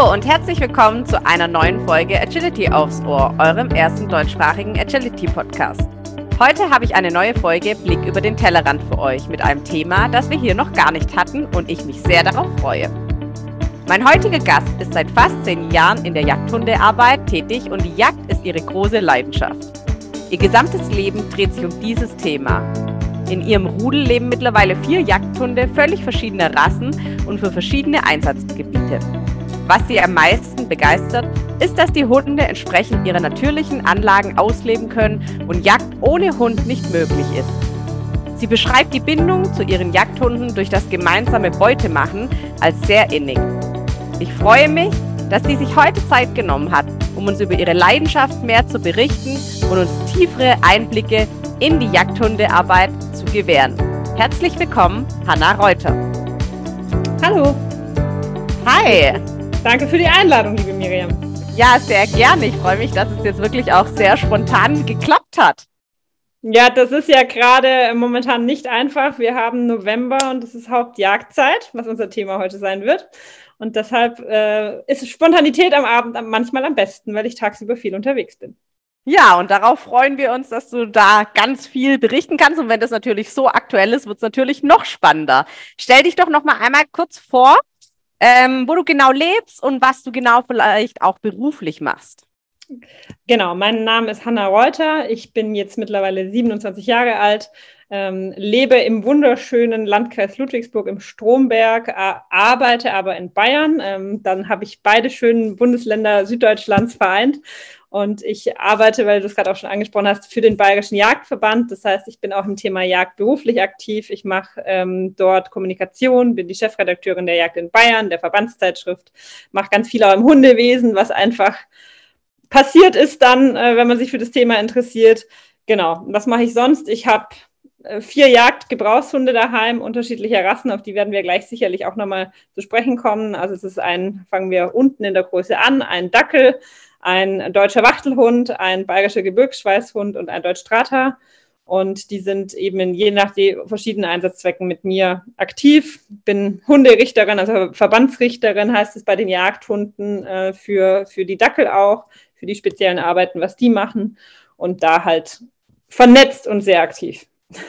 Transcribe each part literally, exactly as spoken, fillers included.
Hallo und herzlich willkommen zu einer neuen Folge Agility aufs Ohr, eurem ersten deutschsprachigen Agility-Podcast. Heute habe ich eine neue Folge Blick über den Tellerrand für euch mit einem Thema, das wir hier noch gar nicht hatten und ich mich sehr darauf freue. Mein heutiger Gast ist seit fast zehn Jahren in der Jagdhundearbeit tätig und die Jagd ist ihre große Leidenschaft. Ihr gesamtes Leben dreht sich um dieses Thema. In ihrem Rudel leben mittlerweile vier Jagdhunde völlig verschiedener Rassen und für verschiedene Einsatzgebiete. Was sie am meisten begeistert, ist, dass die Hunde entsprechend ihrer natürlichen Anlagen ausleben können und Jagd ohne Hund nicht möglich ist. Sie beschreibt die Bindung zu ihren Jagdhunden durch das gemeinsame Beutemachen als sehr innig. Ich freue mich, dass sie sich heute Zeit genommen hat, um uns über ihre Leidenschaft mehr zu berichten und uns tiefere Einblicke in die Jagdhundearbeit zu gewähren. Herzlich willkommen, Hanna Reuter. Hallo. Hi. Danke für die Einladung, liebe Miriam. Ja, sehr gerne. Ich freue mich, dass es jetzt wirklich auch sehr spontan geklappt hat. Ja, das ist ja gerade momentan nicht einfach. Wir haben November und es ist Hauptjagdzeit, was unser Thema heute sein wird. Und deshalb äh, ist Spontanität am Abend manchmal am besten, weil ich tagsüber viel unterwegs bin. Ja, und darauf freuen wir uns, dass du da ganz viel berichten kannst. Und wenn das natürlich so aktuell ist, wird es natürlich noch spannender. Stell dich doch noch mal einmal kurz vor, ähm, wo du genau lebst und was du genau vielleicht auch beruflich machst. Genau, mein Name ist Hanna Reuter. Ich bin jetzt mittlerweile siebenundzwanzig Jahre alt, ähm, lebe im wunderschönen Landkreis Ludwigsburg im Stromberg, äh, arbeite aber in Bayern. Ähm, dann habe ich beide schönen Bundesländer Süddeutschlands vereint. Und ich arbeite, weil du es gerade auch schon angesprochen hast, für den Bayerischen Jagdverband. Das heißt, ich bin auch im Thema Jagd beruflich aktiv. Ich mache ähm, dort Kommunikation, bin die Chefredakteurin der Jagd in Bayern, der Verbandszeitschrift, mache ganz viel auch im Hundewesen, was einfach passiert ist dann, äh, wenn man sich für das Thema interessiert. Genau, was mache ich sonst? Ich habe äh, vier Jagdgebrauchshunde daheim, unterschiedlicher Rassen, auf die werden wir gleich sicherlich auch nochmal zu sprechen kommen. Also es ist ein, fangen wir unten in der Größe an, ein Dackel, ein deutscher Wachtelhund, ein bayerischer Gebirgsschweißhund und ein Deutsch-Strata. Und die sind eben in je nach den verschiedenen Einsatzzwecken mit mir aktiv. Bin Hunderichterin, also Verbandsrichterin heißt es bei den Jagdhunden, äh, für, für die Dackel auch, für die speziellen Arbeiten, was die machen. Und da halt vernetzt und sehr aktiv.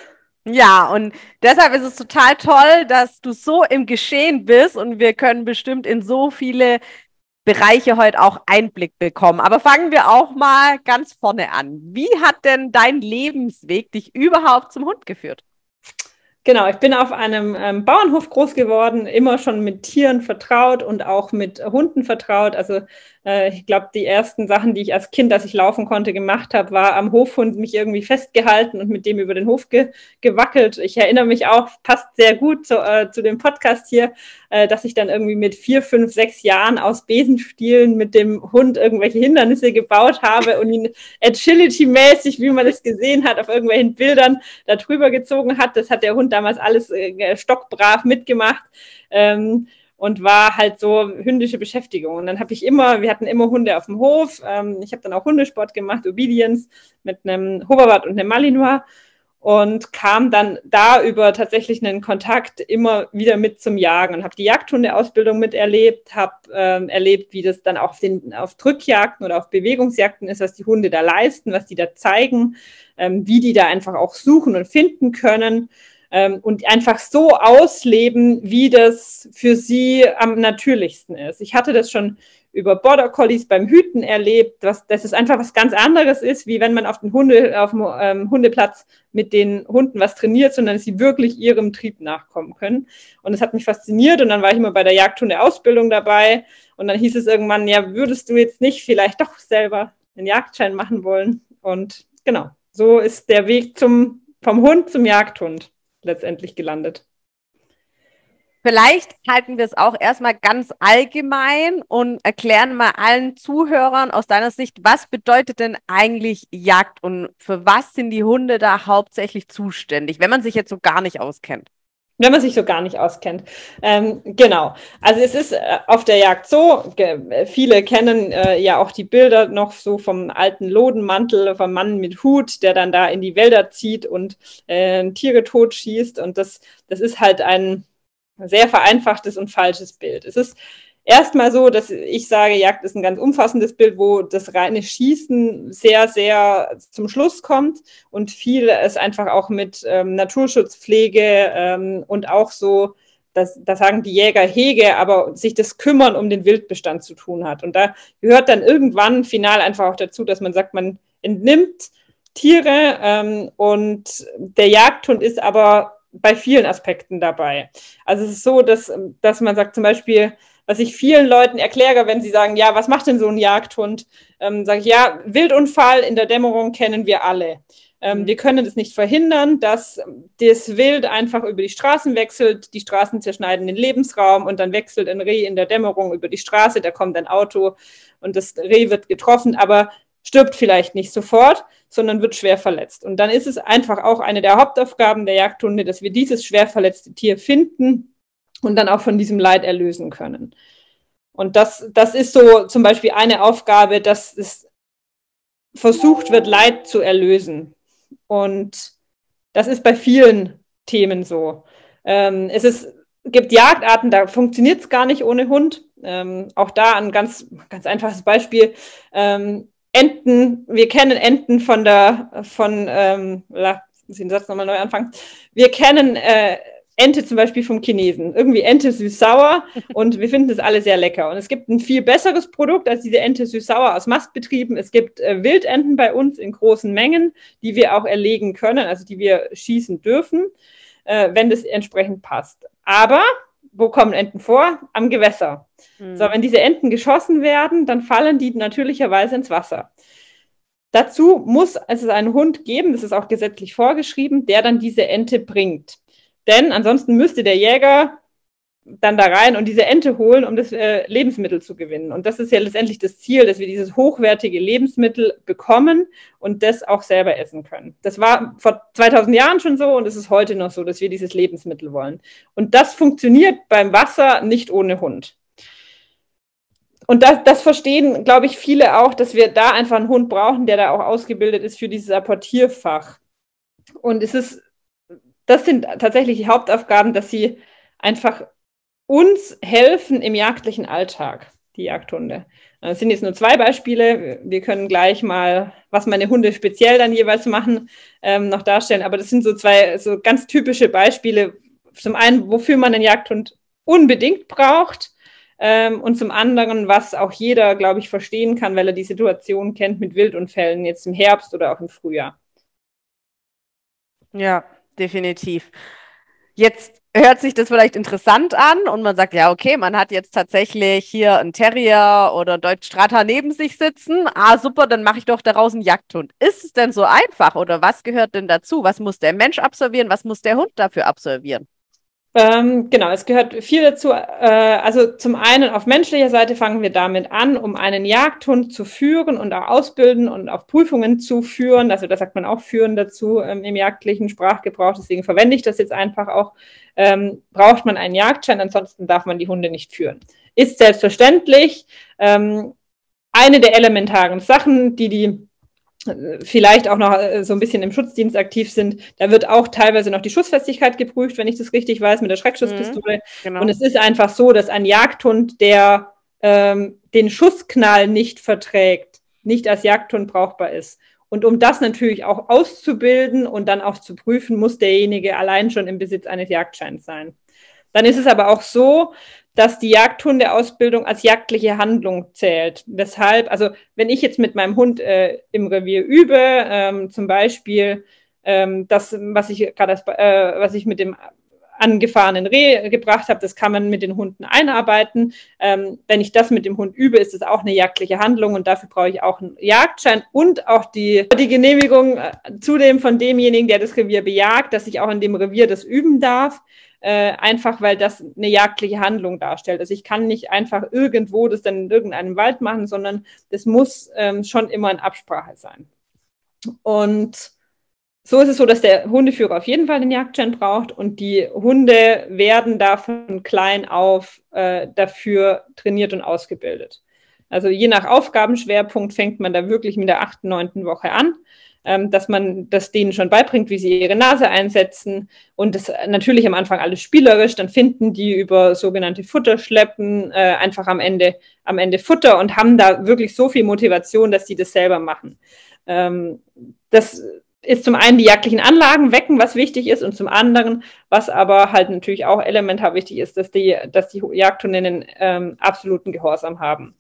Ja, und deshalb ist es total toll, dass du so im Geschehen bist und wir können bestimmt in so viele Bereiche heute auch Einblick bekommen. Aber fangen wir auch mal ganz vorne an. Wie hat denn dein Lebensweg dich überhaupt zum Hund geführt? Genau, ich bin auf einem ähm, Bauernhof groß geworden, immer schon mit Tieren vertraut und auch mit Hunden vertraut. Also äh, ich glaube, die ersten Sachen, die ich als Kind, als ich laufen konnte, gemacht habe, war am Hofhund mich irgendwie festgehalten und mit dem über den Hof ge gewackelt. Ich erinnere mich auch, passt sehr gut zu, äh, zu dem Podcast hier, äh, dass ich dann irgendwie mit vier, fünf, sechs Jahren aus Besenstielen mit dem Hund irgendwelche Hindernisse gebaut habe und ihn Agility-mäßig, wie man es gesehen hat, auf irgendwelchen Bildern da drüber gezogen hat. Das hat der Hund damals alles äh, stockbrav mitgemacht. Ähm, und war halt so hündische Beschäftigung. Und dann habe ich immer, wir hatten immer Hunde auf dem Hof. Ähm, ich habe dann auch Hundesport gemacht, Obedience, mit einem Hoverwart und einem Malinois und kam dann da über tatsächlich einen Kontakt immer wieder mit zum Jagen und habe die Jagdhundeausbildung miterlebt, habe ähm, erlebt, wie das dann auch auf, den, auf Drückjagden oder auf Bewegungsjagden ist, was die Hunde da leisten, was die da zeigen, ähm, wie die da einfach auch suchen und finden können. Ähm, und einfach so ausleben, wie das für sie am natürlichsten ist. Ich hatte das schon über Border Collies beim Hüten erlebt, was, dass es einfach was ganz anderes ist, wie wenn man auf dem, Hunde, auf dem ähm, Hundeplatz mit den Hunden was trainiert, sondern dass sie wirklich ihrem Trieb nachkommen können. Und das hat mich fasziniert und dann war ich immer bei der Jagdhundeausbildung dabei und dann hieß es irgendwann, ja, würdest du jetzt nicht vielleicht doch selber einen Jagdschein machen wollen? Und genau, so ist der Weg zum, vom Hund zum Jagdhund letztendlich gelandet. Vielleicht halten wir es auch erstmal ganz allgemein und erklären mal allen Zuhörern aus deiner Sicht, was bedeutet denn eigentlich Jagd und für was sind die Hunde da hauptsächlich zuständig, wenn man sich jetzt so gar nicht auskennt? Wenn man sich so gar nicht auskennt. Ähm, genau. Also es ist äh, auf der Jagd so, ge- viele kennen äh, ja auch die Bilder noch so vom alten Lodenmantel, vom Mann mit Hut, der dann da in die Wälder zieht und äh, Tiere totschießt. Und das, das ist halt ein sehr vereinfachtes und falsches Bild. Es ist erstmal so, dass ich sage, Jagd ist ein ganz umfassendes Bild, wo das reine Schießen sehr, sehr zum Schluss kommt und viel es einfach auch mit ähm, Naturschutzpflege ähm, und auch so, das, das sagen die Jäger Hege, aber sich das Kümmern um den Wildbestand zu tun hat. Und da gehört dann irgendwann final einfach auch dazu, dass man sagt, man entnimmt Tiere ähm, und der Jagdhund ist aber bei vielen Aspekten dabei. Also es ist so, dass, dass man sagt zum Beispiel, was ich vielen Leuten erkläre, wenn sie sagen, ja, was macht denn so ein Jagdhund? Ähm, sage ich, ja, Wildunfall in der Dämmerung kennen wir alle. Ähm, mhm. Wir können es nicht verhindern, dass das Wild einfach über die Straßen wechselt, die Straßen zerschneiden den Lebensraum und dann wechselt ein Reh in der Dämmerung über die Straße, da kommt ein Auto und das Reh wird getroffen, aber stirbt vielleicht nicht sofort, sondern wird schwer verletzt. Und dann ist es einfach auch eine der Hauptaufgaben der Jagdhunde, dass wir dieses schwer verletzte Tier finden und dann auch von diesem Leid erlösen können. Und das, das ist so zum Beispiel eine Aufgabe, dass es versucht wird, Leid zu erlösen. Und das ist bei vielen Themen so. Ähm, es ist, gibt Jagdarten, da funktioniert es gar nicht ohne Hund. Ähm, auch da ein ganz, ganz einfaches Beispiel. Ähm, Enten, wir kennen Enten von der, von, ähm, lass den Satz nochmal neu anfangen. Wir kennen äh, Ente zum Beispiel vom Chinesen. Irgendwie Ente süß-sauer und wir finden das alle sehr lecker. Und es gibt ein viel besseres Produkt als diese Ente süß-sauer aus Mastbetrieben. Es gibt äh, Wildenten bei uns in großen Mengen, die wir auch erlegen können, also die wir schießen dürfen, äh, wenn das entsprechend passt. Aber wo kommen Enten vor? Am Gewässer. Mhm. So, wenn diese Enten geschossen werden, dann fallen die natürlicherweise ins Wasser. Dazu muss es einen Hund geben, das ist auch gesetzlich vorgeschrieben, der dann diese Ente bringt. Denn ansonsten müsste der Jäger dann da rein und diese Ente holen, um das äh, Lebensmittel zu gewinnen. Und das ist ja letztendlich das Ziel, dass wir dieses hochwertige Lebensmittel bekommen und das auch selber essen können. Das war vor zweitausend Jahren schon so und es ist heute noch so, dass wir dieses Lebensmittel wollen. Und das funktioniert beim Wasser nicht ohne Hund. Und das, das verstehen, glaube ich, viele auch, dass wir da einfach einen Hund brauchen, der da auch ausgebildet ist für dieses Apportierfach. Und es ist, das sind tatsächlich die Hauptaufgaben, dass sie einfach uns helfen im jagdlichen Alltag, die Jagdhunde. Das sind jetzt nur zwei Beispiele. Wir können gleich mal, was meine Hunde speziell dann jeweils machen, ähm, noch darstellen. Aber das sind so zwei so ganz typische Beispiele. Zum einen, wofür man einen Jagdhund unbedingt braucht. Ähm, und zum anderen, was auch jeder, glaube ich, verstehen kann, weil er die Situation kennt mit Wildunfällen, jetzt im Herbst oder auch im Frühjahr. Ja, definitiv. Jetzt hört sich das vielleicht interessant an und man sagt, ja, okay, man hat jetzt tatsächlich hier einen Terrier oder einen Deutschen Strata neben sich sitzen. Ah, super, dann mache ich doch daraus einen Jagdhund. Ist es denn so einfach oder was gehört denn dazu? Was muss der Mensch absolvieren? Was muss der Hund dafür absolvieren? Ähm, genau, es gehört viel dazu. Äh, also zum einen auf menschlicher Seite fangen wir damit an, um einen Jagdhund zu führen und auch ausbilden und auf Prüfungen zu führen. Also da sagt man auch führen dazu ähm, im jagdlichen Sprachgebrauch. Deswegen verwende ich das jetzt einfach auch. Ähm, braucht man einen Jagdschein, ansonsten darf man die Hunde nicht führen. Ist selbstverständlich ähm, eine der elementaren Sachen, die die vielleicht auch noch so ein bisschen im Schutzdienst aktiv sind, da wird auch teilweise noch die Schussfestigkeit geprüft, wenn ich das richtig weiß, mit der Schreckschusspistole. Mhm, genau. Und es ist einfach so, dass ein Jagdhund, der ähm, den Schussknall nicht verträgt, nicht als Jagdhund brauchbar ist. Und um das natürlich auch auszubilden und dann auch zu prüfen, muss derjenige allein schon im Besitz eines Jagdscheins sein. Dann ist es aber auch so, dass die Jagdhundeausbildung als jagdliche Handlung zählt. Weshalb, also wenn ich jetzt mit meinem Hund äh, im Revier übe, ähm, zum Beispiel ähm, das, was ich gerade, äh, was ich mit dem angefahrenen Reh gebracht habe, das kann man mit den Hunden einarbeiten. Ähm, wenn ich das mit dem Hund übe, ist es auch eine jagdliche Handlung und dafür brauche ich auch einen Jagdschein und auch die, die Genehmigung äh, zudem von demjenigen, der das Revier bejagt, dass ich auch in dem Revier das üben darf. Äh, einfach, weil das eine jagdliche Handlung darstellt. Also ich kann nicht einfach irgendwo das dann in irgendeinem Wald machen, sondern das muss ähm, schon immer in Absprache sein. Und so ist es so, dass der Hundeführer auf jeden Fall den Jagdschein braucht und die Hunde werden da von klein auf äh, dafür trainiert und ausgebildet. Also je nach Aufgabenschwerpunkt fängt man da wirklich mit der achten, neunten Woche an. ähm, dass man das denen schon beibringt, wie sie ihre Nase einsetzen und das natürlich am Anfang alles spielerisch, dann finden die über sogenannte Futterschleppen äh, einfach am Ende, am Ende Futter und haben da wirklich so viel Motivation, dass sie das selber machen. Ähm, das ist zum einen die jagdlichen Anlagen wecken, was wichtig ist, und zum anderen, was aber halt natürlich auch elementar wichtig ist, dass die, dass die Jagdhundinnen ähm, absoluten Gehorsam haben.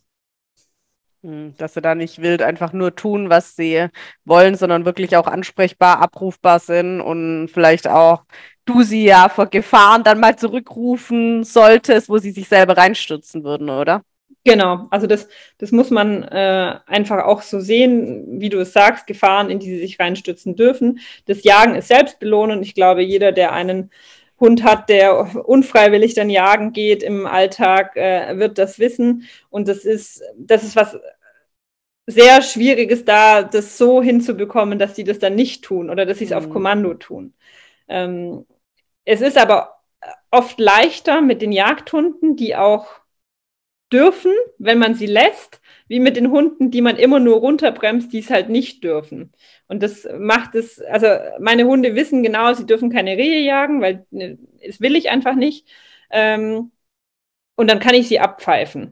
Dass sie da nicht wild einfach nur tun, was sie wollen, sondern wirklich auch ansprechbar, abrufbar sind und vielleicht auch du sie ja vor Gefahren dann mal zurückrufen solltest, wo sie sich selber reinstürzen würden, oder? Genau, also das, das muss man äh, einfach auch so sehen, wie du es sagst, Gefahren, in die sie sich reinstürzen dürfen. Das Jagen ist selbstbelohnend. Ich glaube, jeder, der einen Hund hat, der unfreiwillig dann jagen geht im Alltag, äh, wird das wissen. Und das ist, das ist was sehr Schwieriges, da das so hinzubekommen, dass sie das dann nicht tun oder dass sie es mhm. auf Kommando tun. Ähm, es ist aber oft leichter mit den Jagdhunden, die auch dürfen, wenn man sie lässt, wie mit den Hunden, die man immer nur runterbremst, die es halt nicht dürfen. Und das macht es, also meine Hunde wissen genau, sie dürfen keine Rehe jagen, weil ne, das will ich einfach nicht. Ähm, und dann kann ich sie abpfeifen.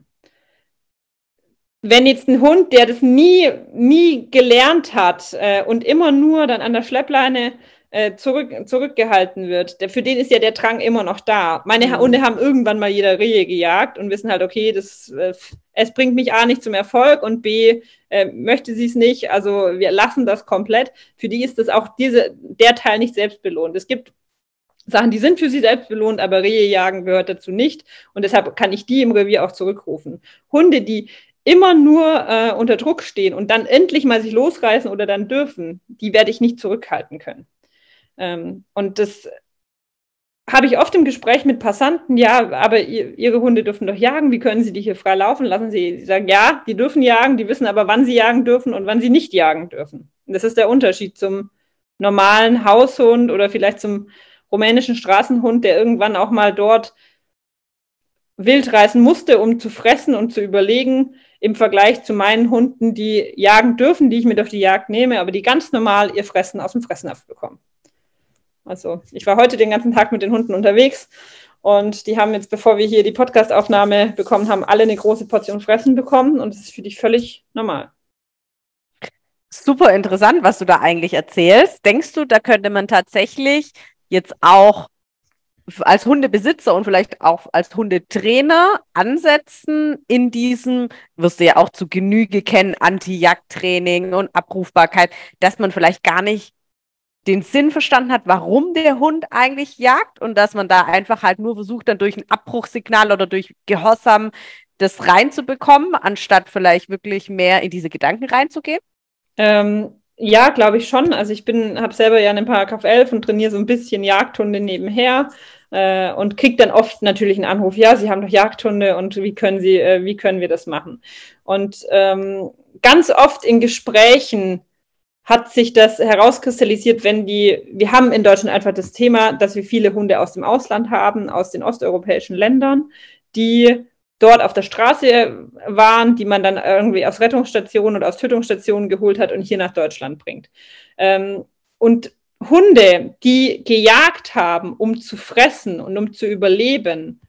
Wenn jetzt ein Hund, der das nie, nie gelernt hat äh, und immer nur dann an der Schleppleine äh, zurück, zurückgehalten wird, der, für den ist ja der Drang immer noch da. Meine mhm. Hunde haben irgendwann mal jeder Rehe gejagt und wissen halt, okay, das, äh, es bringt mich A nicht zum Erfolg und B äh, möchte sie es nicht, also wir lassen das komplett. Für die ist das auch diese, der Teil nicht selbstbelohnt. Es gibt Sachen, die sind für sie selbst belohnt, aber Rehe jagen gehört dazu nicht und deshalb kann ich die im Revier auch zurückrufen. Hunde, die immer nur äh, unter Druck stehen und dann endlich mal sich losreißen oder dann dürfen, die werde ich nicht zurückhalten können. Ähm, und das habe ich oft im Gespräch mit Passanten, ja, aber ihr, ihre Hunde dürfen doch jagen, wie können sie die hier frei laufen lassen? Sie, sie sagen, ja, die dürfen jagen, die wissen aber, wann sie jagen dürfen und wann sie nicht jagen dürfen. Und das ist der Unterschied zum normalen Haushund oder vielleicht zum rumänischen Straßenhund, der irgendwann auch mal dort wild reißen musste, um zu fressen und zu überlegen, im Vergleich zu meinen Hunden, die jagen dürfen, die ich mit auf die Jagd nehme, aber die ganz normal ihr Fressen aus dem Fressnapf bekommen. Also ich war heute den ganzen Tag mit den Hunden unterwegs und die haben jetzt, bevor wir hier die Podcast-Aufnahme bekommen haben, alle eine große Portion Fressen bekommen und das ist für die völlig normal. Super interessant, was du da eigentlich erzählst. Denkst du, da könnte man tatsächlich jetzt auch als Hundebesitzer und vielleicht auch als Hundetrainer ansetzen in diesem, wirst du ja auch zu Genüge kennen, Anti-Jagd-Training und Abrufbarkeit, dass man vielleicht gar nicht den Sinn verstanden hat, warum der Hund eigentlich jagt und dass man da einfach halt nur versucht, dann durch ein Abbruchsignal oder durch Gehorsam das reinzubekommen, anstatt vielleicht wirklich mehr in diese Gedanken reinzugehen? Ähm, ja, glaube ich schon. Also ich bin, habe selber ja einen Paragraph elf und trainiere so ein bisschen Jagdhunde nebenher äh, und kriege dann oft natürlich einen Anruf, ja, Sie haben doch Jagdhunde und wie können Sie, äh, wie können wir das machen? Und ähm, ganz oft in Gesprächen hat sich das herauskristallisiert, wenn die, wir haben in Deutschland einfach das Thema, dass wir viele Hunde aus dem Ausland haben, aus den osteuropäischen Ländern, die dort auf der Straße waren, die man dann irgendwie aus Rettungsstationen oder aus Tötungsstationen geholt hat und hier nach Deutschland bringt. Ähm, und Hunde, die gejagt haben, um zu fressen und um zu überleben,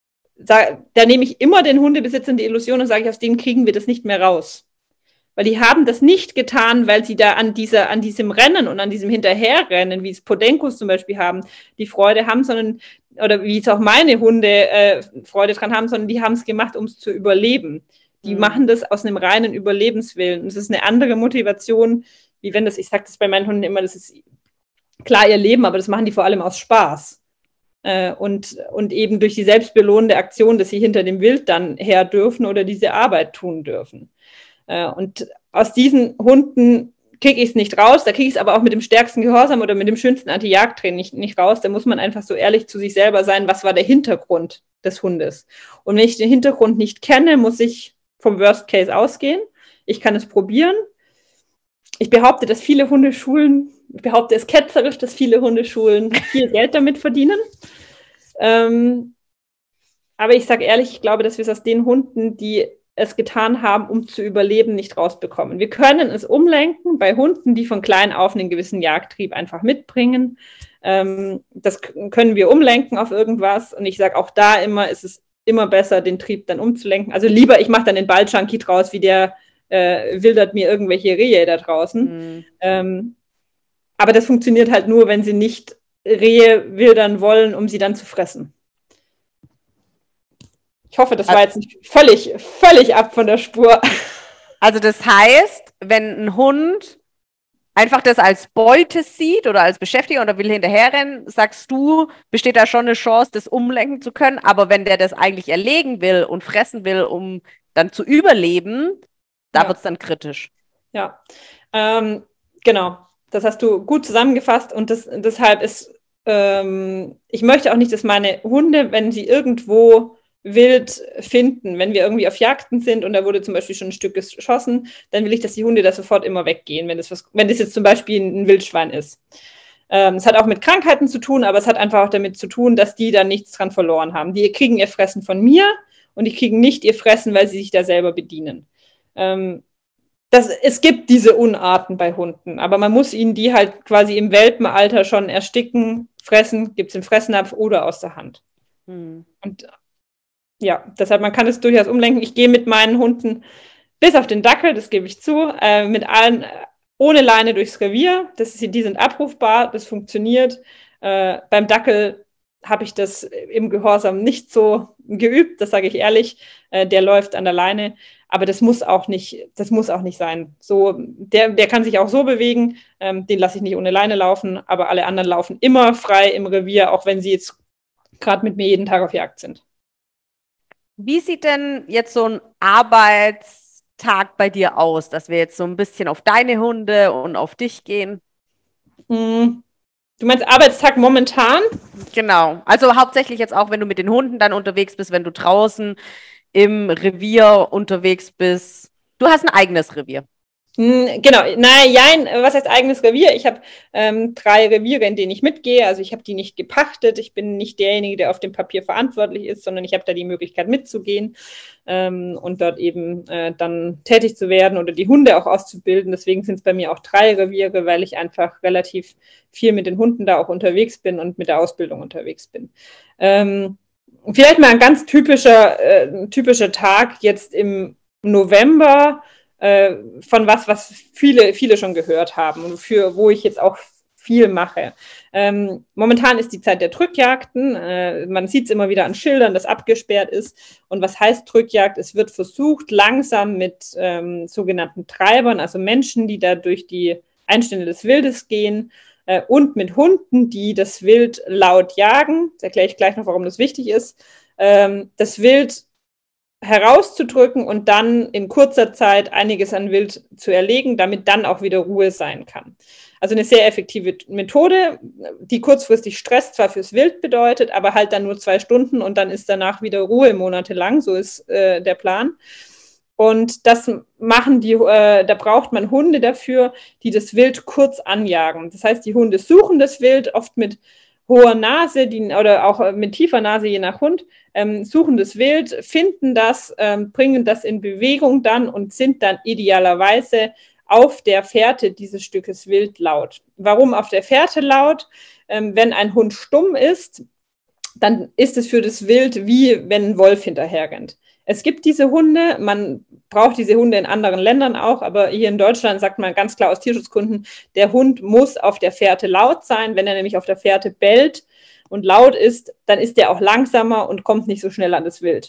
da, da nehme ich immer den Hundebesitzer in die Illusion und sage ich, aus denen kriegen wir das nicht mehr raus. Weil die haben das nicht getan, weil sie da an dieser, an diesem Rennen und an diesem Hinterherrennen, wie es Podencos zum Beispiel haben, die Freude haben, sondern, oder wie es auch meine Hunde äh, Freude dran haben, sondern die haben es gemacht, um es zu überleben. Die mhm. machen das aus einem reinen Überlebenswillen. Und es ist eine andere Motivation, wie wenn das, ich sage das bei meinen Hunden immer, das ist klar ihr Leben, aber das machen die vor allem aus Spaß. Äh, und, und eben durch die selbstbelohnende Aktion, dass sie hinter dem Wild dann her dürfen oder diese Arbeit tun dürfen. Und aus diesen Hunden kriege ich es nicht raus, da kriege ich es aber auch mit dem stärksten Gehorsam oder mit dem schönsten Anti-Jagd-Training nicht, nicht raus. Da muss man einfach so ehrlich zu sich selber sein, was war der Hintergrund des Hundes. Und wenn ich den Hintergrund nicht kenne, muss ich vom Worst Case ausgehen. Ich kann es probieren. Ich behaupte, dass viele Hundeschulen, ich behaupte es ketzerisch, dass viele Hundeschulen viel Geld damit verdienen. Ähm, aber ich sage ehrlich, ich glaube, dass wir es aus den Hunden, die es getan haben, um zu überleben, nicht rausbekommen. Wir können es umlenken bei Hunden, die von klein auf einen gewissen Jagdtrieb einfach mitbringen. Ähm, das können wir umlenken auf irgendwas. Und ich sage auch da immer, ist es immer besser, den Trieb dann umzulenken. Also lieber, ich mache dann den Ball-Junkie draus, wie der äh, wildert mir irgendwelche Rehe da draußen. Mhm. Ähm, aber das funktioniert halt nur, wenn sie nicht Rehe wildern wollen, um sie dann zu fressen. Ich hoffe, das war jetzt nicht völlig, völlig ab von der Spur. Also das heißt, wenn ein Hund einfach das als Beute sieht oder als Beschäftigung oder will hinterherrennen, sagst du, besteht da schon eine Chance, das umlenken zu können. Aber wenn der das eigentlich erlegen will und fressen will, um dann zu überleben, da ja. wird es dann kritisch. Ja, ähm, genau. Das hast du gut zusammengefasst und das, deshalb ist, ähm, ich möchte auch nicht, dass meine Hunde, wenn sie irgendwo wild finden, wenn wir irgendwie auf Jagden sind und da wurde zum Beispiel schon ein Stück geschossen, dann will ich, dass die Hunde da sofort immer weggehen, wenn das, was, wenn das jetzt zum Beispiel ein Wildschwein ist. Ähm, es hat auch mit Krankheiten zu tun, aber es hat einfach auch damit zu tun, dass die da nichts dran verloren haben. Die kriegen ihr Fressen von mir und die kriegen nicht ihr Fressen, weil sie sich da selber bedienen. Ähm, das, es gibt diese Unarten bei Hunden, aber man muss ihnen die halt quasi im Welpenalter schon ersticken, fressen, gibt es im Fressnapf oder aus der Hand. Hm. Und ja, deshalb, man kann es durchaus umlenken. Ich gehe mit meinen Hunden bis auf den Dackel, das gebe ich zu, äh, mit allen ohne Leine durchs Revier. Das ist, die sind abrufbar, das funktioniert. Äh, beim Dackel habe ich das im Gehorsam nicht so geübt, das sage ich ehrlich. Äh, der läuft an der Leine, aber das muss auch nicht, das muss auch nicht sein. So, der, der kann sich auch so bewegen, ähm, den lasse ich nicht ohne Leine laufen, aber alle anderen laufen immer frei im Revier, auch wenn sie jetzt gerade mit mir jeden Tag auf Jagd sind. Wie sieht denn jetzt so ein Arbeitstag bei dir aus, dass wir jetzt so ein bisschen auf deine Hunde und auf dich gehen? Hm. Du meinst Arbeitstag momentan? Genau. Also hauptsächlich jetzt auch, wenn du mit den Hunden dann unterwegs bist, wenn du draußen im Revier unterwegs bist. Du hast ein eigenes Revier. Genau, nein, jein, was heißt eigenes Revier? Ich habe ähm, drei Reviere, in denen ich mitgehe. Also ich habe die nicht gepachtet. Ich bin nicht derjenige, der auf dem Papier verantwortlich ist, sondern ich habe da die Möglichkeit mitzugehen ähm, und dort eben äh, dann tätig zu werden oder die Hunde auch auszubilden. Deswegen sind es bei mir auch drei Reviere, weil ich einfach relativ viel mit den Hunden da auch unterwegs bin und mit der Ausbildung unterwegs bin. Ähm, vielleicht mal ein ganz typischer, äh, typischer Tag jetzt im November, von was, was viele, viele schon gehört haben und für wo ich jetzt auch viel mache. Ähm, momentan ist die Zeit der Drückjagden. Äh, man sieht es immer wieder an Schildern, dass abgesperrt ist. Und was heißt Drückjagd? Es wird versucht, langsam mit ähm, sogenannten Treibern, also Menschen, die da durch die Einstände des Wildes gehen, äh, und mit Hunden, die das Wild laut jagen, das erkläre ich gleich noch, warum das wichtig ist, ähm, das Wild herauszudrücken und dann in kurzer Zeit einiges an Wild zu erlegen, damit dann auch wieder Ruhe sein kann. Also eine sehr effektive Methode, die kurzfristig Stress zwar fürs Wild bedeutet, aber halt dann nur zwei Stunden und dann ist danach wieder Ruhe monatelang, so ist äh, der Plan. Und das machen die, äh, da braucht man Hunde dafür, die das Wild kurz anjagen. Das heißt, die Hunde suchen das Wild, oft mit hoher Nase, die, oder auch mit tiefer Nase, je nach Hund, ähm, suchen das Wild, finden das, ähm, bringen das in Bewegung dann und sind dann idealerweise auf der Fährte dieses Stückes Wild laut. Warum auf der Fährte laut? Ähm, wenn ein Hund stumm ist, dann ist es für das Wild wie wenn ein Wolf hinterherrennt. Es gibt diese Hunde, man braucht diese Hunde in anderen Ländern auch, aber hier in Deutschland sagt man ganz klar aus Tierschutzgründen, der Hund muss auf der Fährte laut sein. Wenn er nämlich auf der Fährte bellt und laut ist, dann ist er auch langsamer und kommt nicht so schnell an das Wild.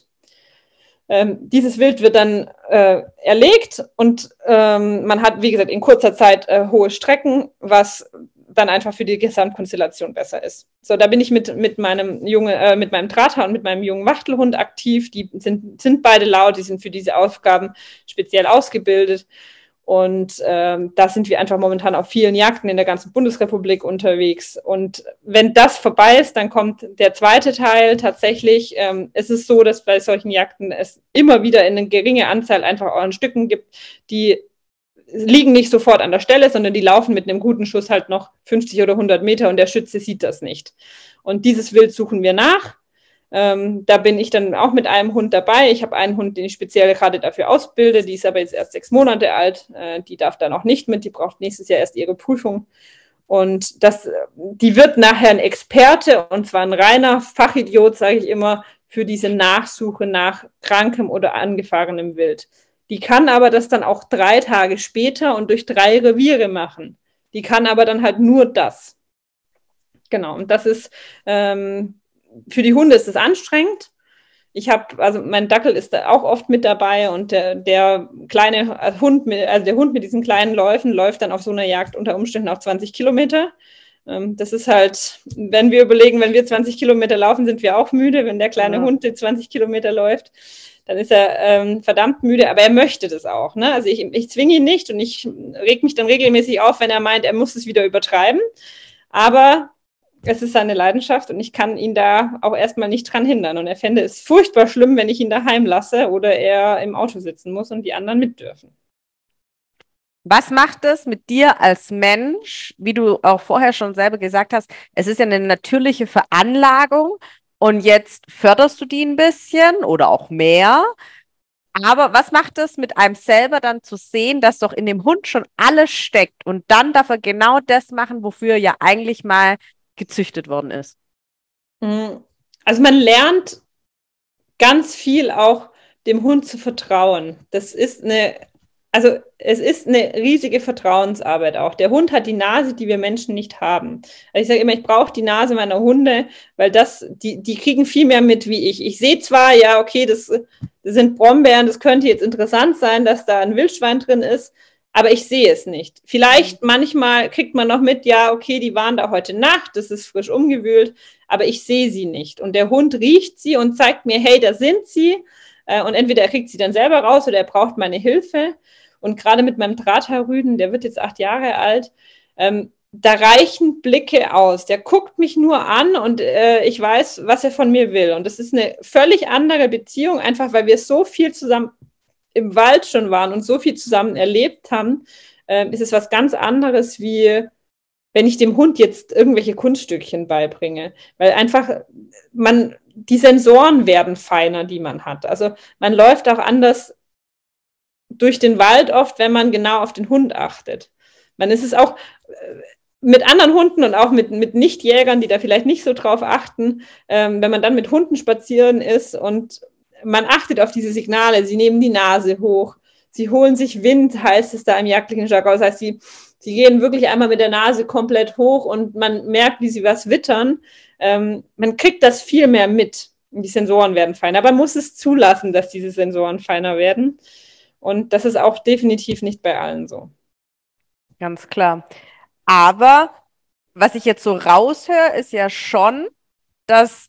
Ähm, dieses Wild wird dann äh, erlegt und ähm, man hat, wie gesagt, in kurzer Zeit äh, hohe Strecken, was dann einfach für die Gesamtkonstellation besser ist. So, da bin ich mit, mit meinem Junge, äh, mit meinem Drahthaar und mit meinem jungen Wachtelhund aktiv. Die sind, sind beide laut, die sind für diese Aufgaben speziell ausgebildet. Und ähm, da sind wir einfach momentan auf vielen Jagden in der ganzen Bundesrepublik unterwegs. Und wenn das vorbei ist, dann kommt der zweite Teil tatsächlich. Ähm, es ist so, dass bei solchen Jagden es immer wieder in eine geringe Anzahl einfach auch an Stücken gibt, die liegen nicht sofort an der Stelle, sondern die laufen mit einem guten Schuss halt noch fünfzig oder hundert Meter und der Schütze sieht das nicht. Und dieses Wild suchen wir nach. Ähm, da bin ich dann auch mit einem Hund dabei. Ich habe einen Hund, den ich speziell gerade dafür ausbilde. Die ist aber jetzt erst sechs Monate alt. Äh, die darf dann auch nicht mit. Die braucht nächstes Jahr erst ihre Prüfung. Und das, die wird nachher ein Experte, und zwar ein reiner Fachidiot, sage ich immer, für diese Nachsuche nach krankem oder angefahrenem Wild. Die kann aber das dann auch drei Tage später und durch drei Reviere machen. Die kann aber dann halt nur das. Genau, und das ist, ähm, für die Hunde ist es anstrengend. Ich habe, also mein Dackel ist da auch oft mit dabei, und der, der kleine also Hund, mit, also der Hund mit diesen kleinen Läufen läuft dann auf so einer Jagd unter Umständen auch zwanzig Kilometer. Ähm, das ist halt, wenn wir überlegen, wenn wir zwanzig Kilometer laufen, sind wir auch müde. Wenn der kleine ja. Hund die zwanzig Kilometer läuft, dann ist er ähm, verdammt müde, aber er möchte das auch. Ne? Also ich, ich zwinge ihn nicht, und ich reg mich dann regelmäßig auf, wenn er meint, er muss es wieder übertreiben. Aber es ist seine Leidenschaft, und ich kann ihn da auch erstmal nicht dran hindern. Und er fände es furchtbar schlimm, wenn ich ihn daheim lasse oder er im Auto sitzen muss und die anderen mit dürfen. Was macht es mit dir als Mensch, wie du auch vorher schon selber gesagt hast, es ist ja eine natürliche Veranlagung, und jetzt förderst du die ein bisschen oder auch mehr. Aber was macht es mit einem selber dann zu sehen, dass doch in dem Hund schon alles steckt, und dann darf er genau das machen, wofür er ja eigentlich mal gezüchtet worden ist? Also man lernt ganz viel auch dem Hund zu vertrauen. Das ist eine, also es ist eine riesige Vertrauensarbeit auch. Der Hund hat die Nase, die wir Menschen nicht haben. Also ich sage immer, ich brauche die Nase meiner Hunde, weil das, die, die kriegen viel mehr mit wie ich. Ich sehe zwar, ja, okay, das, das sind Brombeeren, das könnte jetzt interessant sein, dass da ein Wildschwein drin ist, aber ich sehe es nicht. Vielleicht manchmal kriegt man noch mit, ja, okay, die waren da heute Nacht, das ist frisch umgewühlt, aber ich sehe sie nicht. Und der Hund riecht sie und zeigt mir, hey, da sind sie. Und entweder er kriegt sie dann selber raus oder er braucht meine Hilfe. Und gerade mit meinem Drahthaarrüden, der wird jetzt acht Jahre alt, ähm, da reichen Blicke aus. Der guckt mich nur an, und äh, ich weiß, was er von mir will. Und das ist eine völlig andere Beziehung, einfach weil wir so viel zusammen im Wald schon waren und so viel zusammen erlebt haben, äh, ist es was ganz anderes, wie wenn ich dem Hund jetzt irgendwelche Kunststückchen beibringe. Weil einfach man, die Sensoren werden feiner, die man hat. Also man läuft auch anders durch den Wald oft, wenn man genau auf den Hund achtet. Man ist es auch mit anderen Hunden und auch mit, mit Nichtjägern, die da vielleicht nicht so drauf achten, ähm, wenn man dann mit Hunden spazieren ist und man achtet auf diese Signale, sie nehmen die Nase hoch, sie holen sich Wind, heißt es da im jagdlichen Jargon, das heißt, sie, sie gehen wirklich einmal mit der Nase komplett hoch, und man merkt, wie sie was wittern. Ähm, man kriegt das viel mehr mit, die Sensoren werden feiner, aber man muss es zulassen, dass diese Sensoren feiner werden, und das ist auch definitiv nicht bei allen so. Ganz klar. Aber was ich jetzt so raushöre, ist ja schon, dass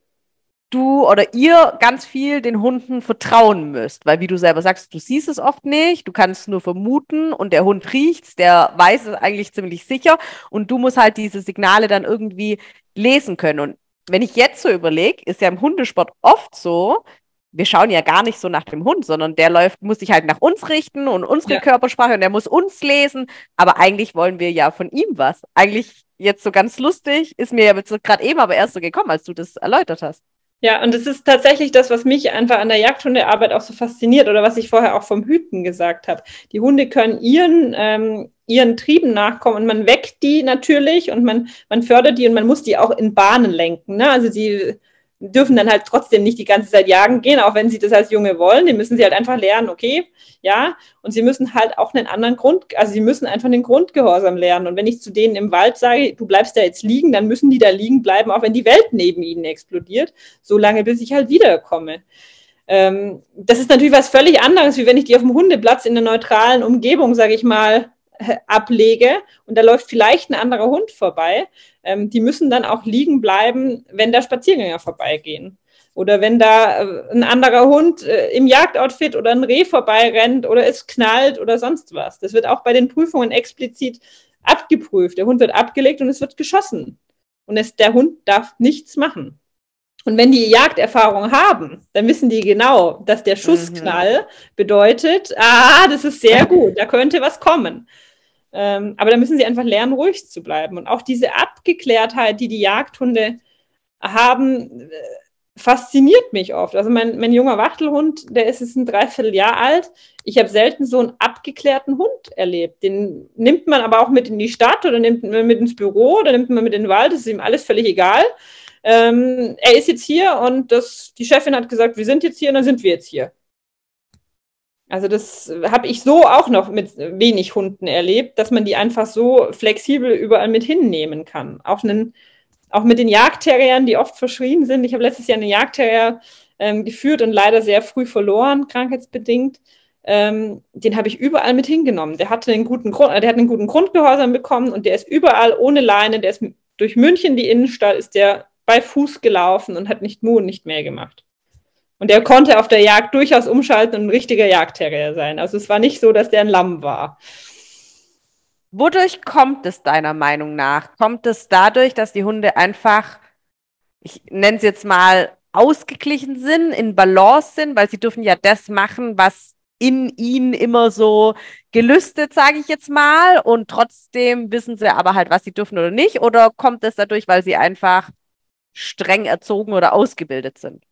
du oder ihr ganz viel den Hunden vertrauen müsst, weil wie du selber sagst, du siehst es oft nicht, du kannst nur vermuten, und der Hund riecht's, der weiß es eigentlich ziemlich sicher, und du musst halt diese Signale dann irgendwie lesen können. Und wenn ich jetzt so überlege, ist ja im Hundesport oft so, wir schauen ja gar nicht so nach dem Hund, sondern der läuft, muss sich halt nach uns richten und unsere ja. Körpersprache, und der muss uns lesen, aber eigentlich wollen wir ja von ihm was. Eigentlich jetzt so ganz lustig, ist mir ja gerade eben aber erst so gekommen, als du das erläutert hast. Ja, und es ist tatsächlich das, was mich einfach an der Jagdhundearbeit auch so fasziniert, oder was ich vorher auch vom Hüten gesagt habe. Die Hunde können ihren, ähm, ihren Trieben nachkommen, und man weckt die natürlich, und man, man fördert die, und man muss die auch in Bahnen lenken. Ne? Also die dürfen dann halt trotzdem nicht die ganze Zeit jagen gehen, auch wenn sie das als Junge wollen. Die müssen sie halt einfach lernen, okay, ja. Und sie müssen halt auch einen anderen Grund, also sie müssen einfach den Grundgehorsam lernen. Und wenn ich zu denen im Wald sage, du bleibst da jetzt liegen, dann müssen die da liegen bleiben, auch wenn die Welt neben ihnen explodiert, solange bis ich halt wiederkomme. Ähm, das ist natürlich was völlig anderes, wie wenn ich die auf dem Hundeplatz in einer neutralen Umgebung, sage ich mal, ablege, und da läuft vielleicht ein anderer Hund vorbei. Ähm, die müssen dann auch liegen bleiben, wenn da Spaziergänger vorbeigehen. Oder wenn da äh, ein anderer Hund äh, im Jagdoutfit oder ein Reh vorbeirennt oder es knallt oder sonst was. Das wird auch bei den Prüfungen explizit abgeprüft. Der Hund wird abgelegt und es wird geschossen. Und es, der Hund darf nichts machen. Und wenn die Jagderfahrung haben, dann wissen die genau, dass der Schussknall mhm. bedeutet, ah, das ist sehr gut, da könnte was kommen. Ähm, aber da müssen sie einfach lernen, ruhig zu bleiben. Und auch diese Abgeklärtheit, die die Jagdhunde haben, fasziniert mich oft. Also mein, mein junger Wachtelhund, der ist jetzt ein Dreivierteljahr alt. Ich habe selten so einen abgeklärten Hund erlebt. Den nimmt man aber auch mit in die Stadt oder nimmt man mit ins Büro oder nimmt man mit in den Wald. Das ist ihm alles völlig egal. Ähm, er ist jetzt hier und das, die Chefin hat gesagt, wir sind jetzt hier und dann sind wir jetzt hier. Also das habe ich so auch noch mit wenig Hunden erlebt, dass man die einfach so flexibel überall mit hinnehmen kann. Auch, einen, auch mit den Jagdterriern, die oft verschrien sind. Ich habe letztes Jahr einen Jagdterrier ähm, geführt und leider sehr früh verloren, krankheitsbedingt. Ähm, den habe ich überall mit hingenommen. Der hatte einen guten Grund, der hat einen guten Grundgehorsam bekommen und der ist überall ohne Leine. Der ist durch München, die Innenstadt, ist der bei Fuß gelaufen und hat nicht Mu und nicht mehr gemacht. Und der konnte auf der Jagd durchaus umschalten und ein richtiger Jagdterrier sein. Also es war nicht so, dass der ein Lamm war. Wodurch kommt es deiner Meinung nach? Kommt es dadurch, dass die Hunde einfach, ich nenne es jetzt mal, ausgeglichen sind, in Balance sind, weil sie dürfen ja das machen, was in ihnen immer so gelüstet, sage ich jetzt mal, und trotzdem wissen sie aber halt, was sie dürfen oder nicht? Oder kommt es dadurch, weil sie einfach streng erzogen oder ausgebildet sind?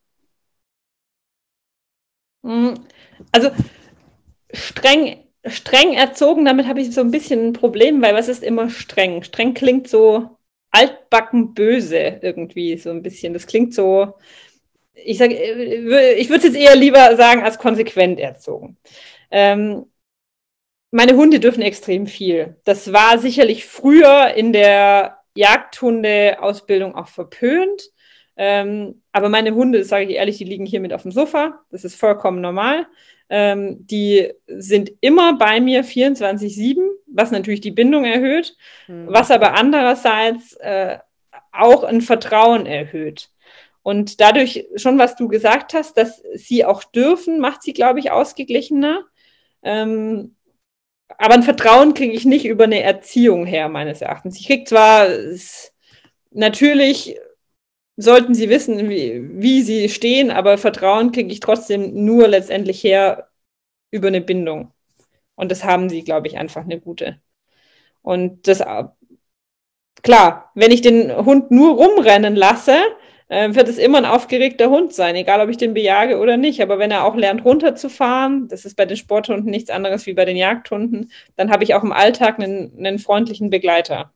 Also streng, streng erzogen, damit habe ich so ein bisschen ein Problem, weil was ist immer streng? Streng klingt so altbacken böse irgendwie, so ein bisschen. Das klingt so, ich sage, ich würde es jetzt eher lieber sagen, als konsequent erzogen. Ähm, meine Hunde dürfen extrem viel. Das war sicherlich früher in der Jagdhunde-Ausbildung auch verpönt. Ähm, aber meine Hunde, das sage ich ehrlich, die liegen hier mit auf dem Sofa. Das ist vollkommen normal. Ähm, die sind immer bei mir vierundzwanzig sieben, was natürlich die Bindung erhöht, hm. was aber andererseits äh, auch ein Vertrauen erhöht. Und dadurch, schon was du gesagt hast, dass sie auch dürfen, macht sie, glaube ich, ausgeglichener. Ähm, aber ein Vertrauen kriege ich nicht über eine Erziehung her, meines Erachtens. Ich kriege zwar natürlich sollten sie wissen, wie, wie sie stehen, aber Vertrauen kriege ich trotzdem nur letztendlich her über eine Bindung. Und das haben sie, glaube ich, einfach eine gute. Und das, klar, wenn ich den Hund nur rumrennen lasse, äh, wird es immer ein aufgeregter Hund sein, egal ob ich den bejage oder nicht. Aber wenn er auch lernt, runterzufahren, das ist bei den Sporthunden nichts anderes wie bei den Jagdhunden, dann habe ich auch im Alltag einen, einen freundlichen Begleiter.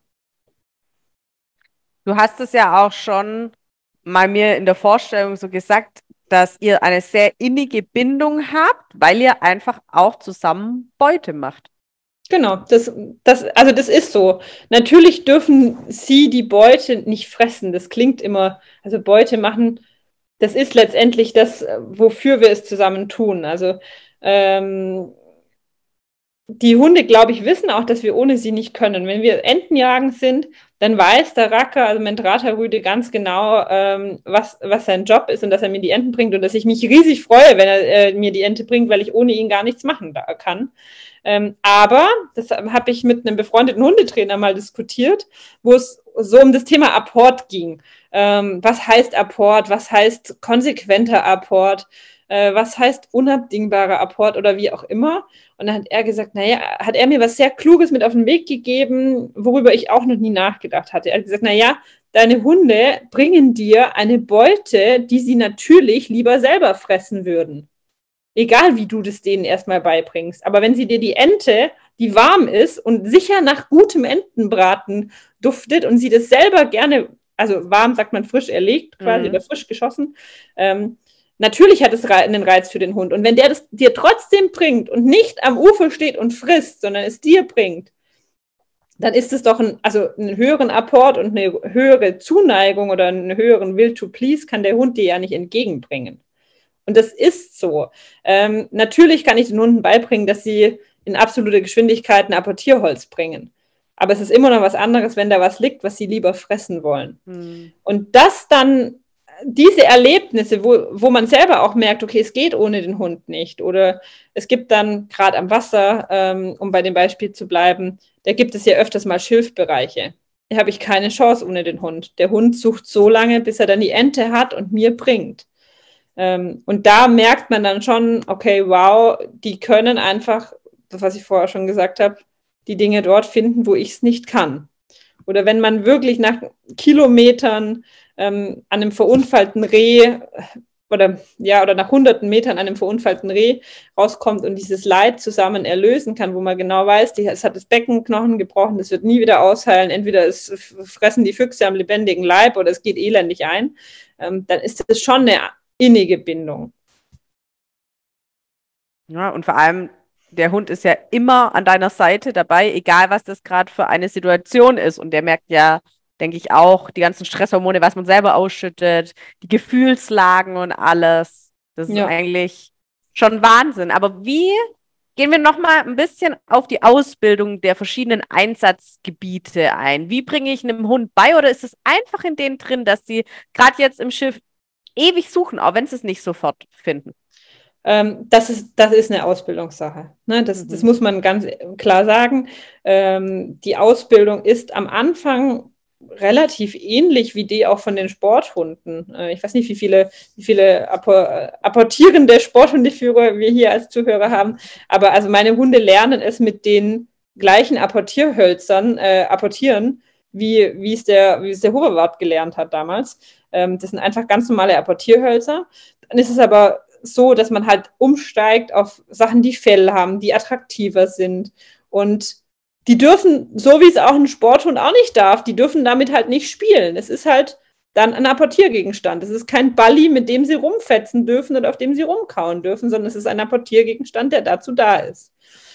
Du hast es ja auch schon mal mir in der Vorstellung so gesagt, dass ihr eine sehr innige Bindung habt, weil ihr einfach auch zusammen Beute macht. Genau, das, das, also das ist so. Natürlich dürfen sie die Beute nicht fressen. Das klingt immer, also Beute machen, das ist letztendlich das, wofür wir es zusammen tun. Also ähm, die Hunde, glaube ich, wissen auch, dass wir ohne sie nicht können. Wenn wir Entenjagen sind, dann weiß der Racker, also Mendrata-Rüde, ganz genau, ähm, was, was sein Job ist und dass er mir die Enten bringt und dass ich mich riesig freue, wenn er äh, mir die Ente bringt, weil ich ohne ihn gar nichts machen da kann. Ähm, aber, das habe ich mit einem befreundeten Hundetrainer mal diskutiert, wo es so um das Thema Apport ging. Ähm, was heißt Apport? Was heißt konsequenter Apport? Äh, was heißt unabdingbarer Apport oder wie auch immer? Und dann hat er gesagt, naja, hat er mir was sehr Kluges mit auf den Weg gegeben, worüber ich auch noch nie nachgedacht hatte. Er hat gesagt, naja, deine Hunde bringen dir eine Beute, die sie natürlich lieber selber fressen würden. Egal, wie du das denen erstmal beibringst. Aber wenn sie dir die Ente, die warm ist und sicher nach gutem Entenbraten duftet und sie das selber gerne, also warm sagt man frisch erlegt quasi mhm. oder frisch geschossen, ähm, natürlich hat es einen Reiz für den Hund. Und wenn der das dir trotzdem bringt und nicht am Ufer steht und frisst, sondern es dir bringt, dann ist es doch ein, also einen höheren Apport und eine höhere Zuneigung oder einen höheren Will to Please kann der Hund dir ja nicht entgegenbringen. Und das ist so. Ähm, natürlich kann ich den Hunden beibringen, dass sie in absoluter Geschwindigkeit ein Apportierholz bringen. Aber es ist immer noch was anderes, wenn da was liegt, was sie lieber fressen wollen. Hm. Und das dann, diese Erlebnisse, wo, wo man selber auch merkt, okay, es geht ohne den Hund nicht. Oder es gibt dann, gerade am Wasser, ähm, um bei dem Beispiel zu bleiben, da gibt es ja öfters mal Schilfbereiche. Da habe ich keine Chance ohne den Hund. Der Hund sucht so lange, bis er dann die Ente hat und mir bringt. Ähm, und da merkt man dann schon, okay, wow, die können einfach, das, was ich vorher schon gesagt habe, die Dinge dort finden, wo ich es nicht kann. Oder wenn man wirklich nach Kilometern ähm, an einem verunfallten Reh oder ja, oder nach hunderten Metern an einem verunfallten Reh rauskommt und dieses Leid zusammen erlösen kann, wo man genau weiß, die, es hat das Beckenknochen gebrochen, das wird nie wieder ausheilen, entweder es fressen die Füchse am lebendigen Leib oder es geht elendig ein, ähm, dann ist das schon eine innige Bindung. Ja, und vor allem, der Hund ist ja immer an deiner Seite dabei, egal was das gerade für eine Situation ist. Und der merkt ja, denke ich, auch die ganzen Stresshormone, was man selber ausschüttet, die Gefühlslagen und alles. Das ist Ja. eigentlich schon Wahnsinn. Aber wie gehen wir nochmal ein bisschen auf die Ausbildung der verschiedenen Einsatzgebiete ein? Wie bringe ich einem Hund bei oder ist es einfach in denen drin, dass sie gerade jetzt im Schiff ewig suchen, auch wenn sie es nicht sofort finden? Ähm, das ist, das ist eine Ausbildungssache. Ne? Das, Mhm. das muss man ganz klar sagen. Ähm, die Ausbildung ist am Anfang relativ ähnlich wie die auch von den Sporthunden. Äh, ich weiß nicht, wie viele, wie viele apportierende Sporthundeführer wir hier als Zuhörer haben, aber also meine Hunde lernen es mit den gleichen Apportierhölzern äh, apportieren, wie, wie es der, wie es der Hoverwart gelernt hat damals. Ähm, das sind einfach ganz normale Apportierhölzer. Dann ist es aber so, dass man halt umsteigt auf Sachen, die Fell haben, die attraktiver sind. Und die dürfen, so wie es auch ein Sporthund auch nicht darf, die dürfen damit halt nicht spielen. Es ist halt dann ein Apportiergegenstand. Es ist kein Balli, mit dem sie rumfetzen dürfen und auf dem sie rumkauen dürfen, sondern es ist ein Apportiergegenstand, der dazu da ist.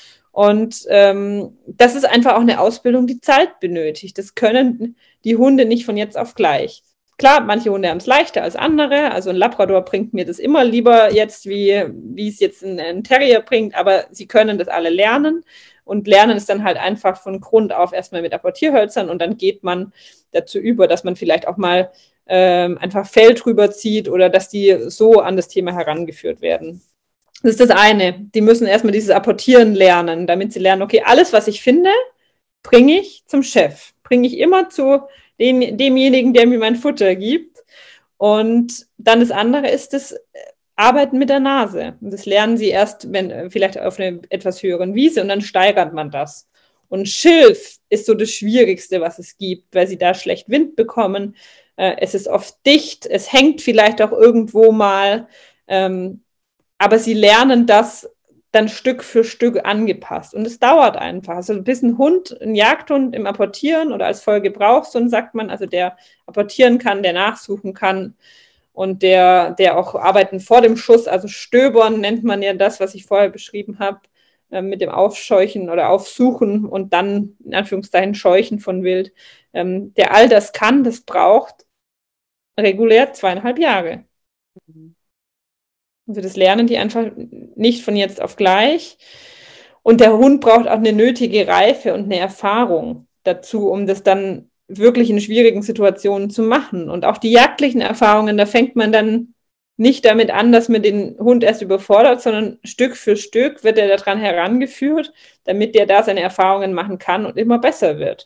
Und ähm, das ist einfach auch eine Ausbildung, die Zeit benötigt. Das können die Hunde nicht von jetzt auf gleich. Klar, manche Hunde haben es leichter als andere. Also ein Labrador bringt mir das immer lieber jetzt, wie, wie es jetzt ein, ein Terrier bringt, aber sie können das alle lernen und lernen es dann halt einfach von Grund auf erstmal mit Apportierhölzern und dann geht man dazu über, dass man vielleicht auch mal ähm, einfach Fell drüber zieht oder dass die so an das Thema herangeführt werden. Das ist das eine. Die müssen erstmal dieses Apportieren lernen, damit sie lernen, okay, alles, was ich finde, bringe ich zum Chef. Bringe ich immer zu den, demjenigen, der mir mein Futter gibt. Und dann das andere ist das Arbeiten mit der Nase. Und das lernen sie erst, wenn vielleicht auf einer etwas höheren Wiese und dann steigert man das. Und Schilf ist so das Schwierigste, was es gibt, weil sie da schlecht Wind bekommen. Äh, es ist oft dicht, es hängt vielleicht auch irgendwo mal. Ähm, aber sie lernen das dann Stück für Stück angepasst. Und es dauert einfach. Also bis ein Hund, ein Jagdhund im Apportieren oder als Vollgebrauchshund, sagt man, also der apportieren kann, der nachsuchen kann und der, der auch arbeiten vor dem Schuss, also Stöbern nennt man ja das, was ich vorher beschrieben habe, äh, mit dem Aufscheuchen oder Aufsuchen und dann in Anführungszeichen Scheuchen von Wild. Ähm, der all das kann, das braucht regulär zweieinhalb Jahre. Mhm. Also das lernen die einfach nicht von jetzt auf gleich. Und der Hund braucht auch eine nötige Reife und eine Erfahrung dazu, um das dann wirklich in schwierigen Situationen zu machen. Und auch die jagdlichen Erfahrungen, da fängt man dann nicht damit an, dass man den Hund erst überfordert, sondern Stück für Stück wird er daran herangeführt, damit der da seine Erfahrungen machen kann und immer besser wird.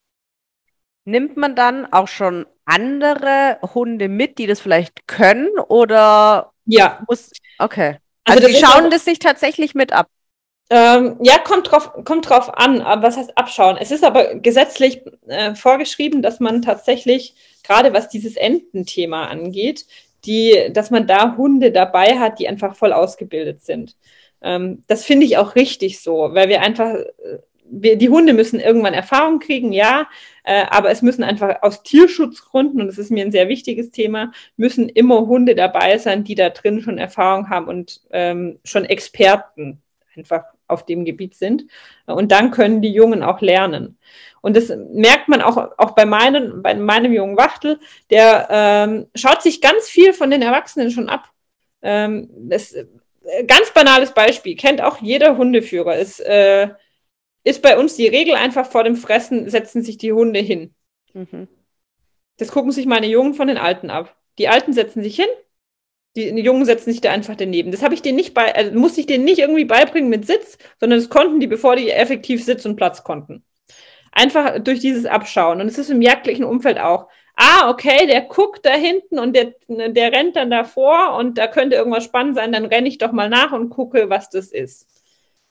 Nimmt man dann auch schon andere Hunde mit, die das vielleicht können oder ja. muss, okay. Also, also die schauen auch, das sich tatsächlich mit ab. Ähm, ja, kommt drauf, kommt drauf an. Aber was heißt abschauen? Es ist aber gesetzlich äh, vorgeschrieben, dass man tatsächlich, gerade was dieses Ententhema angeht, die, dass man da Hunde dabei hat, die einfach voll ausgebildet sind. Ähm, das finde ich auch richtig so, weil wir einfach, wir, die Hunde müssen irgendwann Erfahrung kriegen, ja, äh, aber es müssen einfach aus Tierschutzgründen, und das ist mir ein sehr wichtiges Thema, müssen immer Hunde dabei sein, die da drin schon Erfahrung haben und ähm, schon Experten einfach auf dem Gebiet sind. Und dann können die Jungen auch lernen. Und das merkt man auch, auch bei, meinen, bei meinem jungen Wachtel, der ähm, schaut sich ganz viel von den Erwachsenen schon ab. Ähm, das, ganz banales Beispiel, kennt auch jeder Hundeführer. Es äh, ist bei uns die Regel einfach vor dem Fressen, setzen sich die Hunde hin. Mhm. Das gucken sich meine Jungen von den Alten ab. Die Alten setzen sich hin, die, die Jungen setzen sich da einfach daneben. Das habe ich denen nicht bei, also musste ich denen nicht irgendwie beibringen mit Sitz, sondern das konnten die, bevor die effektiv Sitz und Platz konnten. Einfach durch dieses Abschauen. Und es ist im jagdlichen Umfeld auch. Ah, okay, der guckt da hinten und der, der rennt dann davor und da könnte irgendwas spannend sein, dann renne ich doch mal nach und gucke, was das ist.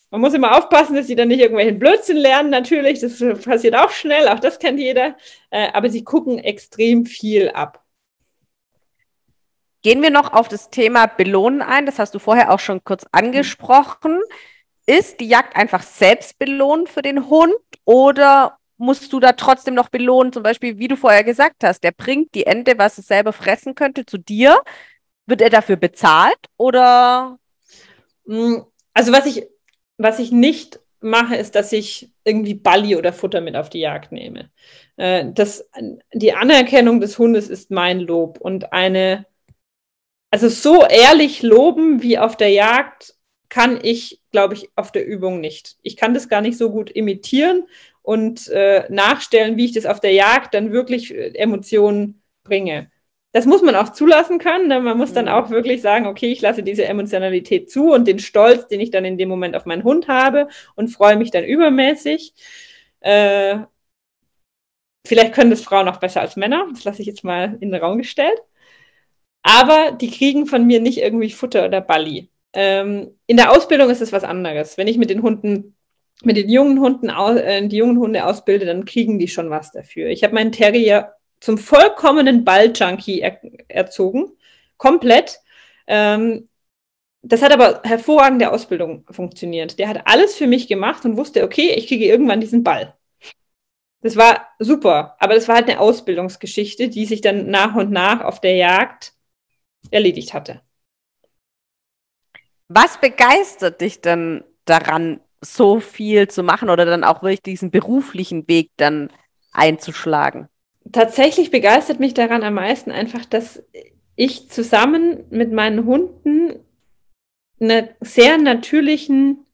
Man muss immer aufpassen, dass sie dann nicht irgendwelchen Blödsinn lernen, natürlich. Das passiert auch schnell, auch das kennt jeder. Äh, aber sie gucken extrem viel ab. Gehen wir noch auf das Thema Belohnen ein. Das hast du vorher auch schon kurz angesprochen. Ist die Jagd einfach selbst belohnt für den Hund oder musst du da trotzdem noch belohnen? Zum Beispiel, wie du vorher gesagt hast, der bringt die Ente, was es selber fressen könnte, zu dir. Wird er dafür bezahlt oder? Also was ich, was ich nicht mache, ist, dass ich irgendwie Balli oder Futter mit auf die Jagd nehme. Äh, das, die Anerkennung des Hundes ist mein Lob und eine, also so ehrlich loben wie auf der Jagd kann ich, glaube ich, auf der Übung nicht. Ich kann das gar nicht so gut imitieren und äh, nachstellen, wie ich das auf der Jagd dann wirklich äh, Emotionen bringe. Das muss man auch zulassen können. Ne? Man muss dann auch wirklich sagen, okay, ich lasse diese Emotionalität zu und den Stolz, den ich dann in dem Moment auf meinen Hund habe und freue mich dann übermäßig. Äh, vielleicht können das Frauen auch besser als Männer. Das lasse ich jetzt mal in den Raum gestellt. Aber die kriegen von mir nicht irgendwie Futter oder Balli. Ähm, in der Ausbildung ist es was anderes. Wenn ich mit den Hunden, mit den jungen Hunden, äh, die jungen Hunde ausbilde, dann kriegen die schon was dafür. Ich habe meinen Terrier zum vollkommenen Balljunkie er erzogen. Komplett. Ähm, das hat aber hervorragend der Ausbildung funktioniert. Der hat alles für mich gemacht und wusste, okay, ich kriege irgendwann diesen Ball. Das war super, aber das war halt eine Ausbildungsgeschichte, die sich dann nach und nach auf der Jagd erledigt hatte. Was begeistert dich denn daran, so viel zu machen oder dann auch wirklich diesen beruflichen Weg dann einzuschlagen? Tatsächlich begeistert mich daran am meisten einfach, dass ich zusammen mit meinen Hunden einer sehr natürlichen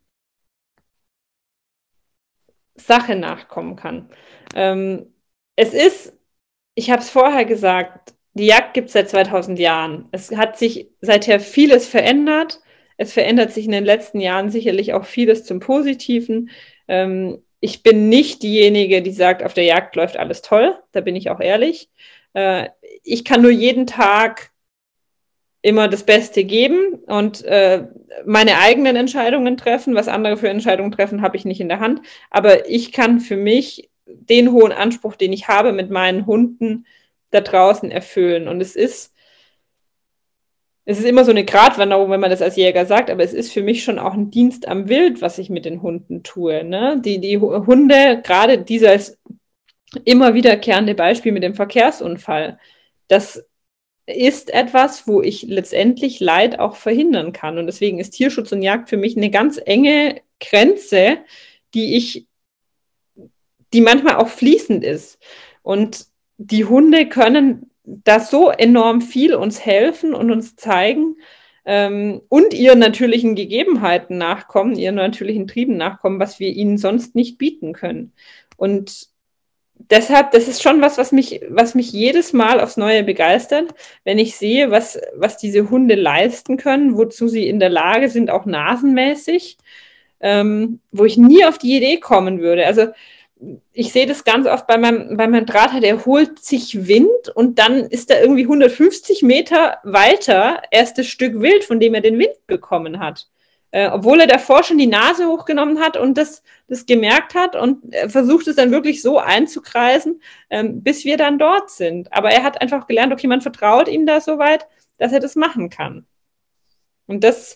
Sache nachkommen kann. Ähm, es ist, ich habe es vorher gesagt, die Jagd gibt es seit zweitausend Jahren. Es hat sich seither vieles verändert. Es verändert sich in den letzten Jahren sicherlich auch vieles zum Positiven. Ähm, ich bin nicht diejenige, die sagt, auf der Jagd läuft alles toll. Da bin ich auch ehrlich. Äh, ich kann nur jeden Tag immer das Beste geben und äh, meine eigenen Entscheidungen treffen. Was andere für Entscheidungen treffen, habe ich nicht in der Hand. Aber ich kann für mich den hohen Anspruch, den ich habe mit meinen Hunden da draußen erfüllen. Und es ist, es ist immer so eine Gratwanderung, wenn man das als Jäger sagt, aber es ist für mich schon auch ein Dienst am Wild, was ich mit den Hunden tue. Ne? Die, die Hunde, gerade dieses immer wiederkehrende Beispiel mit dem Verkehrsunfall, das ist etwas, wo ich letztendlich Leid auch verhindern kann. Und deswegen ist Tierschutz und Jagd für mich eine ganz enge Grenze, die ich, die manchmal auch fließend ist. Und die Hunde können da so enorm viel uns helfen und uns zeigen ähm, und ihren natürlichen Gegebenheiten nachkommen, ihren natürlichen Trieben nachkommen, was wir ihnen sonst nicht bieten können. Und deshalb, das ist schon was, was mich, was mich jedes Mal aufs Neue begeistert, wenn ich sehe, was, was diese Hunde leisten können, wozu sie in der Lage sind, auch nasenmäßig, ähm, wo ich nie auf die Idee kommen würde. Also ich sehe das ganz oft bei meinem, bei meinem Drahther, der holt sich Wind und dann ist er irgendwie hundertfünfzig Meter weiter erstes Stück Wild, von dem er den Wind bekommen hat. Äh, obwohl er davor schon die Nase hochgenommen hat und das, das gemerkt hat und er versucht es dann wirklich so einzukreisen, ähm, bis wir dann dort sind. Aber er hat einfach gelernt, okay, man vertraut ihm da so weit, dass er das machen kann. Und das,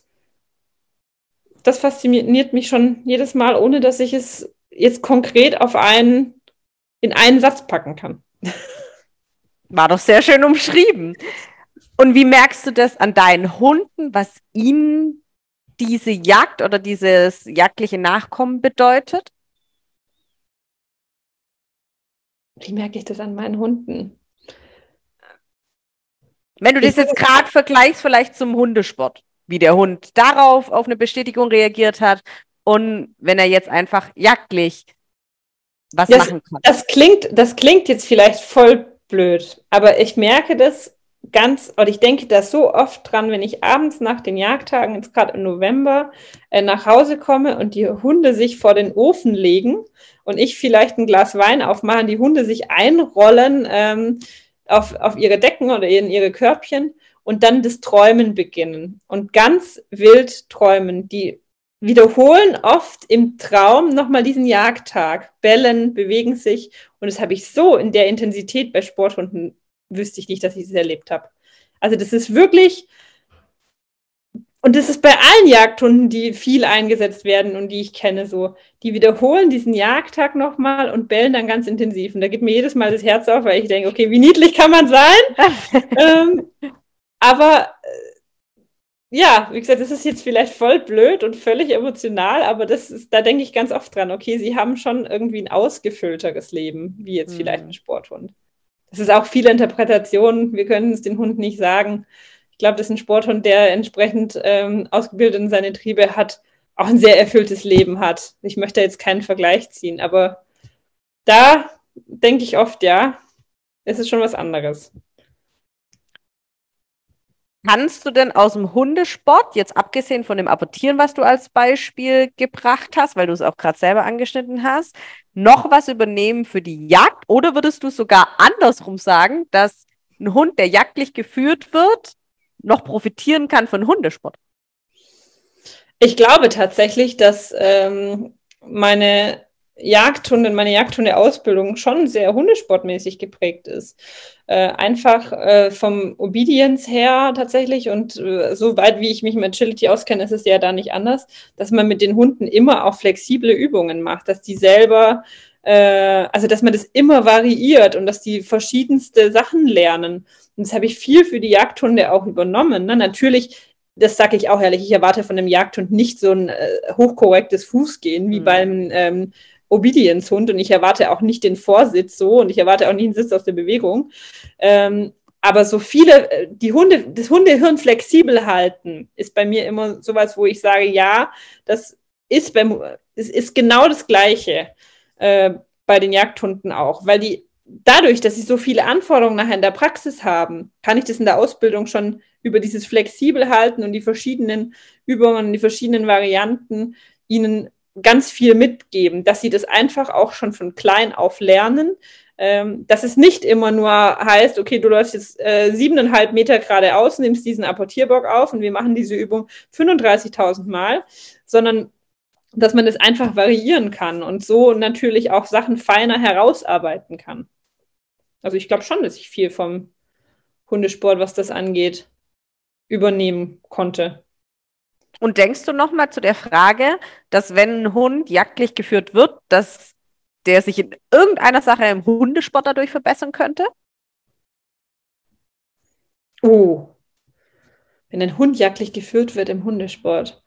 das fasziniert mich schon jedes Mal, ohne dass ich es jetzt konkret auf einen, in einen Satz packen kann. War doch sehr schön umschrieben. Und wie merkst du das an deinen Hunden, was ihnen diese Jagd oder dieses jagdliche Nachkommen bedeutet? Wie merke ich das an meinen Hunden? Wenn du das jetzt gerade vergleichst, vielleicht zum Hundesport, wie der Hund darauf auf eine Bestätigung reagiert hat und wenn er jetzt einfach jagdlich was das, machen kann. Das klingt, das klingt jetzt vielleicht voll blöd, aber ich merke das ganz, oder ich denke da so oft dran, wenn ich abends nach den Jagdtagen, jetzt gerade im November, äh, nach Hause komme und die Hunde sich vor den Ofen legen und ich vielleicht ein Glas Wein aufmache, die Hunde sich einrollen ähm, auf, auf ihre Decken oder in ihre Körbchen und dann das Träumen beginnen und ganz wild träumen. Die wiederholen oft im Traum nochmal diesen Jagdtag, bellen, bewegen sich. Und das habe ich so in der Intensität bei Sporthunden, wüsste ich nicht, dass ich es erlebt habe. Also das ist wirklich, und das ist bei allen Jagdhunden, die viel eingesetzt werden und die ich kenne, so, die wiederholen diesen Jagdtag nochmal und bellen dann ganz intensiv. Und da geht mir jedes Mal das Herz auf, weil ich denke, okay, wie niedlich kann man sein? ähm, aber ja, wie gesagt, das ist jetzt vielleicht voll blöd und völlig emotional, aber das ist, da denke ich ganz oft dran, okay, sie haben schon irgendwie ein ausgefüllteres Leben, wie jetzt vielleicht ein Sporthund. Das ist auch viele Interpretationen, wir können es den Hund nicht sagen. Ich glaube, dass ein Sporthund, der entsprechend ähm, ausgebildet in seine Triebe hat, auch ein sehr erfülltes Leben hat. Ich möchte jetzt keinen Vergleich ziehen, aber da denke ich oft, ja, es ist schon was anderes. Kannst du denn aus dem Hundesport, jetzt abgesehen von dem Apportieren, was du als Beispiel gebracht hast, weil du es auch gerade selber angeschnitten hast, noch was übernehmen für die Jagd? Oder würdest du sogar andersrum sagen, dass ein Hund, der jagdlich geführt wird, noch profitieren kann von Hundesport? Ich glaube tatsächlich, dass ähm, meine Jagdhunde, meine Jagdhunde-Ausbildung schon sehr hundesportmäßig geprägt ist. Äh, einfach äh, vom Obedience her tatsächlich und äh, so weit, wie ich mich mit Agility auskenne, ist es ja da nicht anders, dass man mit den Hunden immer auch flexible Übungen macht, dass die selber, äh, also dass man das immer variiert und dass die verschiedenste Sachen lernen. Und das habe ich viel für die Jagdhunde auch übernommen. Ne? Natürlich, das sage ich auch ehrlich, ich erwarte von einem Jagdhund nicht so ein äh, hochkorrektes Fußgehen wie mhm. beim ähm, Obedience-Hund und ich erwarte auch nicht den Vorsitz so und ich erwarte auch nicht einen Sitz aus der Bewegung. Ähm, aber so viele, die Hunde, das Hundehirn flexibel halten, ist bei mir immer sowas, wo ich sage, ja, das ist beim, es ist genau das Gleiche äh, bei den Jagdhunden auch, weil die dadurch, dass sie so viele Anforderungen nachher in der Praxis haben, kann ich das in der Ausbildung schon über dieses flexibel halten und die verschiedenen Übungen, die verschiedenen Varianten ihnen ganz viel mitgeben, dass sie das einfach auch schon von klein auf lernen, ähm, dass es nicht immer nur heißt, okay, du läufst jetzt äh, siebeneinhalb Meter geradeaus, nimmst diesen Apportierbock auf und wir machen diese Übung fünfunddreißigtausend Mal, sondern dass man das einfach variieren kann und so natürlich auch Sachen feiner herausarbeiten kann. Also ich glaube schon, dass ich viel vom Hundesport, was das angeht, übernehmen konnte. Und denkst du nochmal zu der Frage, dass wenn ein Hund jagdlich geführt wird, dass der sich in irgendeiner Sache im Hundesport dadurch verbessern könnte? Oh, wenn ein Hund jagdlich geführt wird im Hundesport.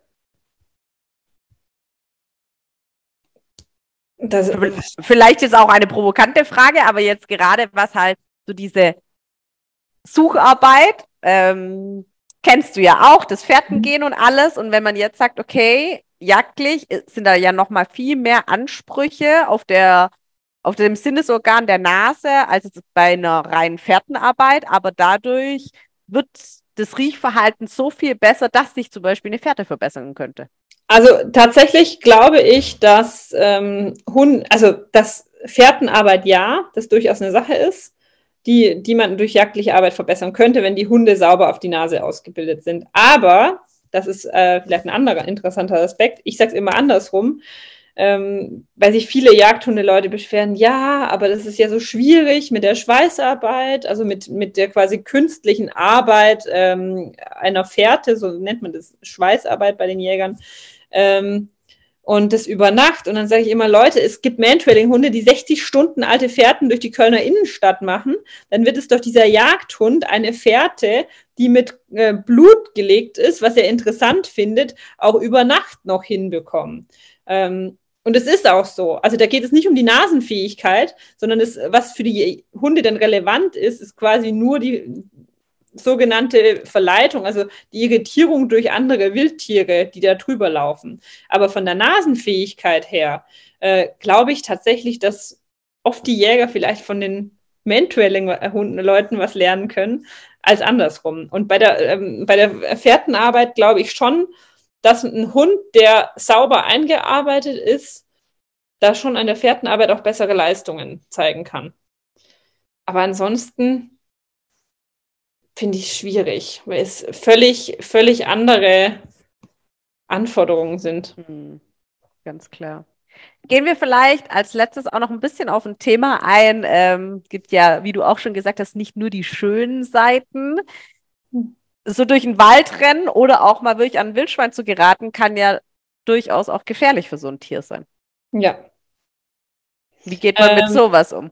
Das, Vielleicht ist auch eine provokante Frage, aber jetzt gerade was halt so diese Sucharbeit, ähm, kennst du ja auch, das Fährtengehen und alles. Und wenn man jetzt sagt, okay, jagdlich sind da ja nochmal viel mehr Ansprüche auf der, auf dem Sinnesorgan der Nase, als bei einer reinen Fährtenarbeit. Aber dadurch wird das Riechverhalten so viel besser, dass sich zum Beispiel eine Fährte verbessern könnte. Also tatsächlich glaube ich, dass ähm, Hund, also dass Fährtenarbeit ja, das durchaus eine Sache ist, die, die man durch jagdliche Arbeit verbessern könnte, wenn die Hunde sauber auf die Nase ausgebildet sind. Aber, das ist äh, vielleicht ein anderer interessanter Aspekt, ich sage es immer andersrum, ähm, weil sich viele Jagdhunde-Leute beschweren, ja, aber das ist ja so schwierig mit der Schweißarbeit, also mit, mit der quasi künstlichen Arbeit ähm, einer Fährte, so nennt man das Schweißarbeit bei den Jägern, ähm, und das über Nacht. Und dann sage ich immer, Leute, es gibt Mantrailing-Hunde, die sechzig Stunden alte Fährten durch die Kölner Innenstadt machen. Dann wird es doch dieser Jagdhund eine Fährte, die mit äh, Blut gelegt ist, was er interessant findet, auch über Nacht noch hinbekommen. Ähm, und es ist auch so. Also da geht es nicht um die Nasenfähigkeit, sondern das, was für die Hunde denn relevant ist, ist quasi nur die sogenannte Verleitung, also die Irritierung durch andere Wildtiere, die da drüber laufen. Aber von der Nasenfähigkeit her äh, glaube ich tatsächlich, dass oft die Jäger vielleicht von den Mantrailing-Leuten was lernen können, als andersrum. Und bei der, ähm, bei der Fährtenarbeit glaube ich schon, dass ein Hund, der sauber eingearbeitet ist, da schon an der Fährtenarbeit auch bessere Leistungen zeigen kann. Aber ansonsten finde ich schwierig, weil es völlig, völlig andere Anforderungen sind. Hm, ganz klar. Gehen wir vielleicht als letztes auch noch ein bisschen auf ein Thema ein. Ähm, gibt ja, wie du auch schon gesagt hast, nicht nur die schönen Seiten. So durch den Wald rennen oder auch mal wirklich an ein Wildschwein zu geraten, kann ja durchaus auch gefährlich für so ein Tier sein. Ja. Wie geht man mit Ähm, sowas um?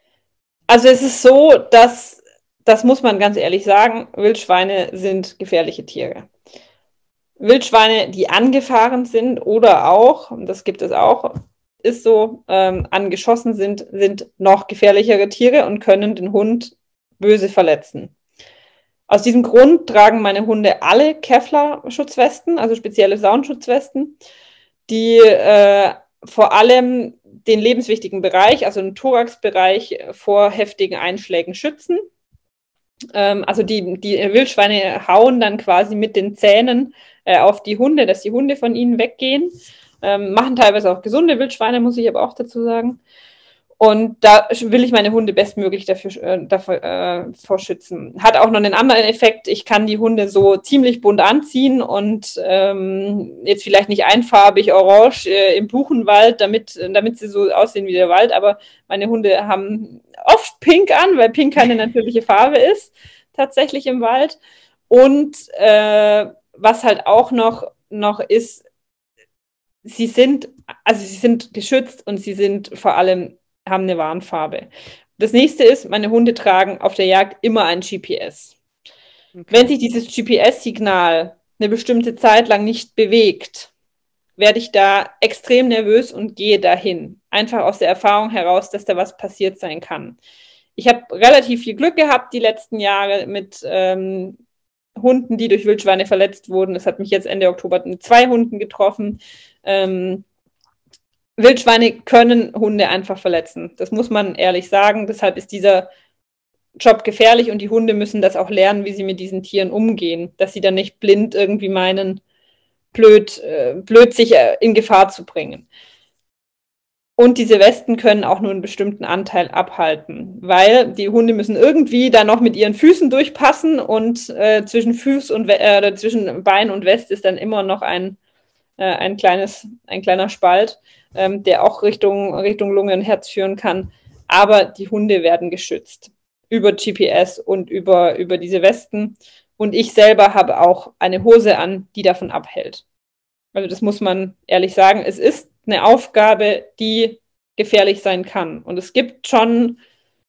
also es ist so, dass, das muss man ganz ehrlich sagen, Wildschweine sind gefährliche Tiere. Wildschweine, die angefahren sind oder auch, und das gibt es auch, ist so, ähm, angeschossen sind, sind noch gefährlichere Tiere und können den Hund böse verletzen. Aus diesem Grund tragen meine Hunde alle Kevlar-Schutzwesten, also spezielle Saugenschutzwesten, die äh, vor allem den lebenswichtigen Bereich, also den Thoraxbereich, vor heftigen Einschlägen schützen. Ähm, also die, die Wildschweine hauen dann quasi mit den Zähnen äh, auf die Hunde, dass die Hunde von ihnen weggehen. Ähm, machen teilweise auch gesunde Wildschweine, muss ich aber auch dazu sagen. Und da will ich meine Hunde bestmöglich dafür, äh, dafür äh, vorschützen. Hat auch noch einen anderen Effekt. Ich kann die Hunde so ziemlich bunt anziehen und ähm, jetzt vielleicht nicht einfarbig orange äh, im Buchenwald, damit, damit sie so aussehen wie der Wald, aber meine Hunde haben oft pink an, weil pink keine natürliche Farbe ist, tatsächlich im Wald. Und äh, was halt auch noch, noch ist, sie sind, also sie sind geschützt und sie sind vor allem, haben eine Warnfarbe. Das nächste ist, meine Hunde tragen auf der Jagd immer ein G P S. Wenn Okay. sich dieses G P S-Signal eine bestimmte Zeit lang nicht bewegt, werde ich da extrem nervös und gehe dahin. Einfach aus der Erfahrung heraus, dass da was passiert sein kann. Ich habe relativ viel Glück gehabt die letzten Jahre mit ähm, Hunden, die durch Wildschweine verletzt wurden. Es hat mich jetzt Ende Oktober mit zwei Hunden getroffen. Ähm, Wildschweine können Hunde einfach verletzen. Das muss man ehrlich sagen. Deshalb ist dieser Job gefährlich und die Hunde müssen das auch lernen, wie sie mit diesen Tieren umgehen. Dass sie dann nicht blind irgendwie meinen, blöd, äh, blöd sich äh, in Gefahr zu bringen. Und diese Westen können auch nur einen bestimmten Anteil abhalten, weil die Hunde müssen irgendwie da noch mit ihren Füßen durchpassen und äh, zwischen Fuß und äh, zwischen Bein und West ist dann immer noch ein, äh, ein, kleines, ein kleiner Spalt, ähm, der auch Richtung, Richtung Lunge und Herz führen kann. Aber die Hunde werden geschützt über G P S und über, über diese Westen. Und ich selber habe auch eine Hose an, die davon abhält. Also das muss man ehrlich sagen. Es ist eine Aufgabe, die gefährlich sein kann. Und es gibt schon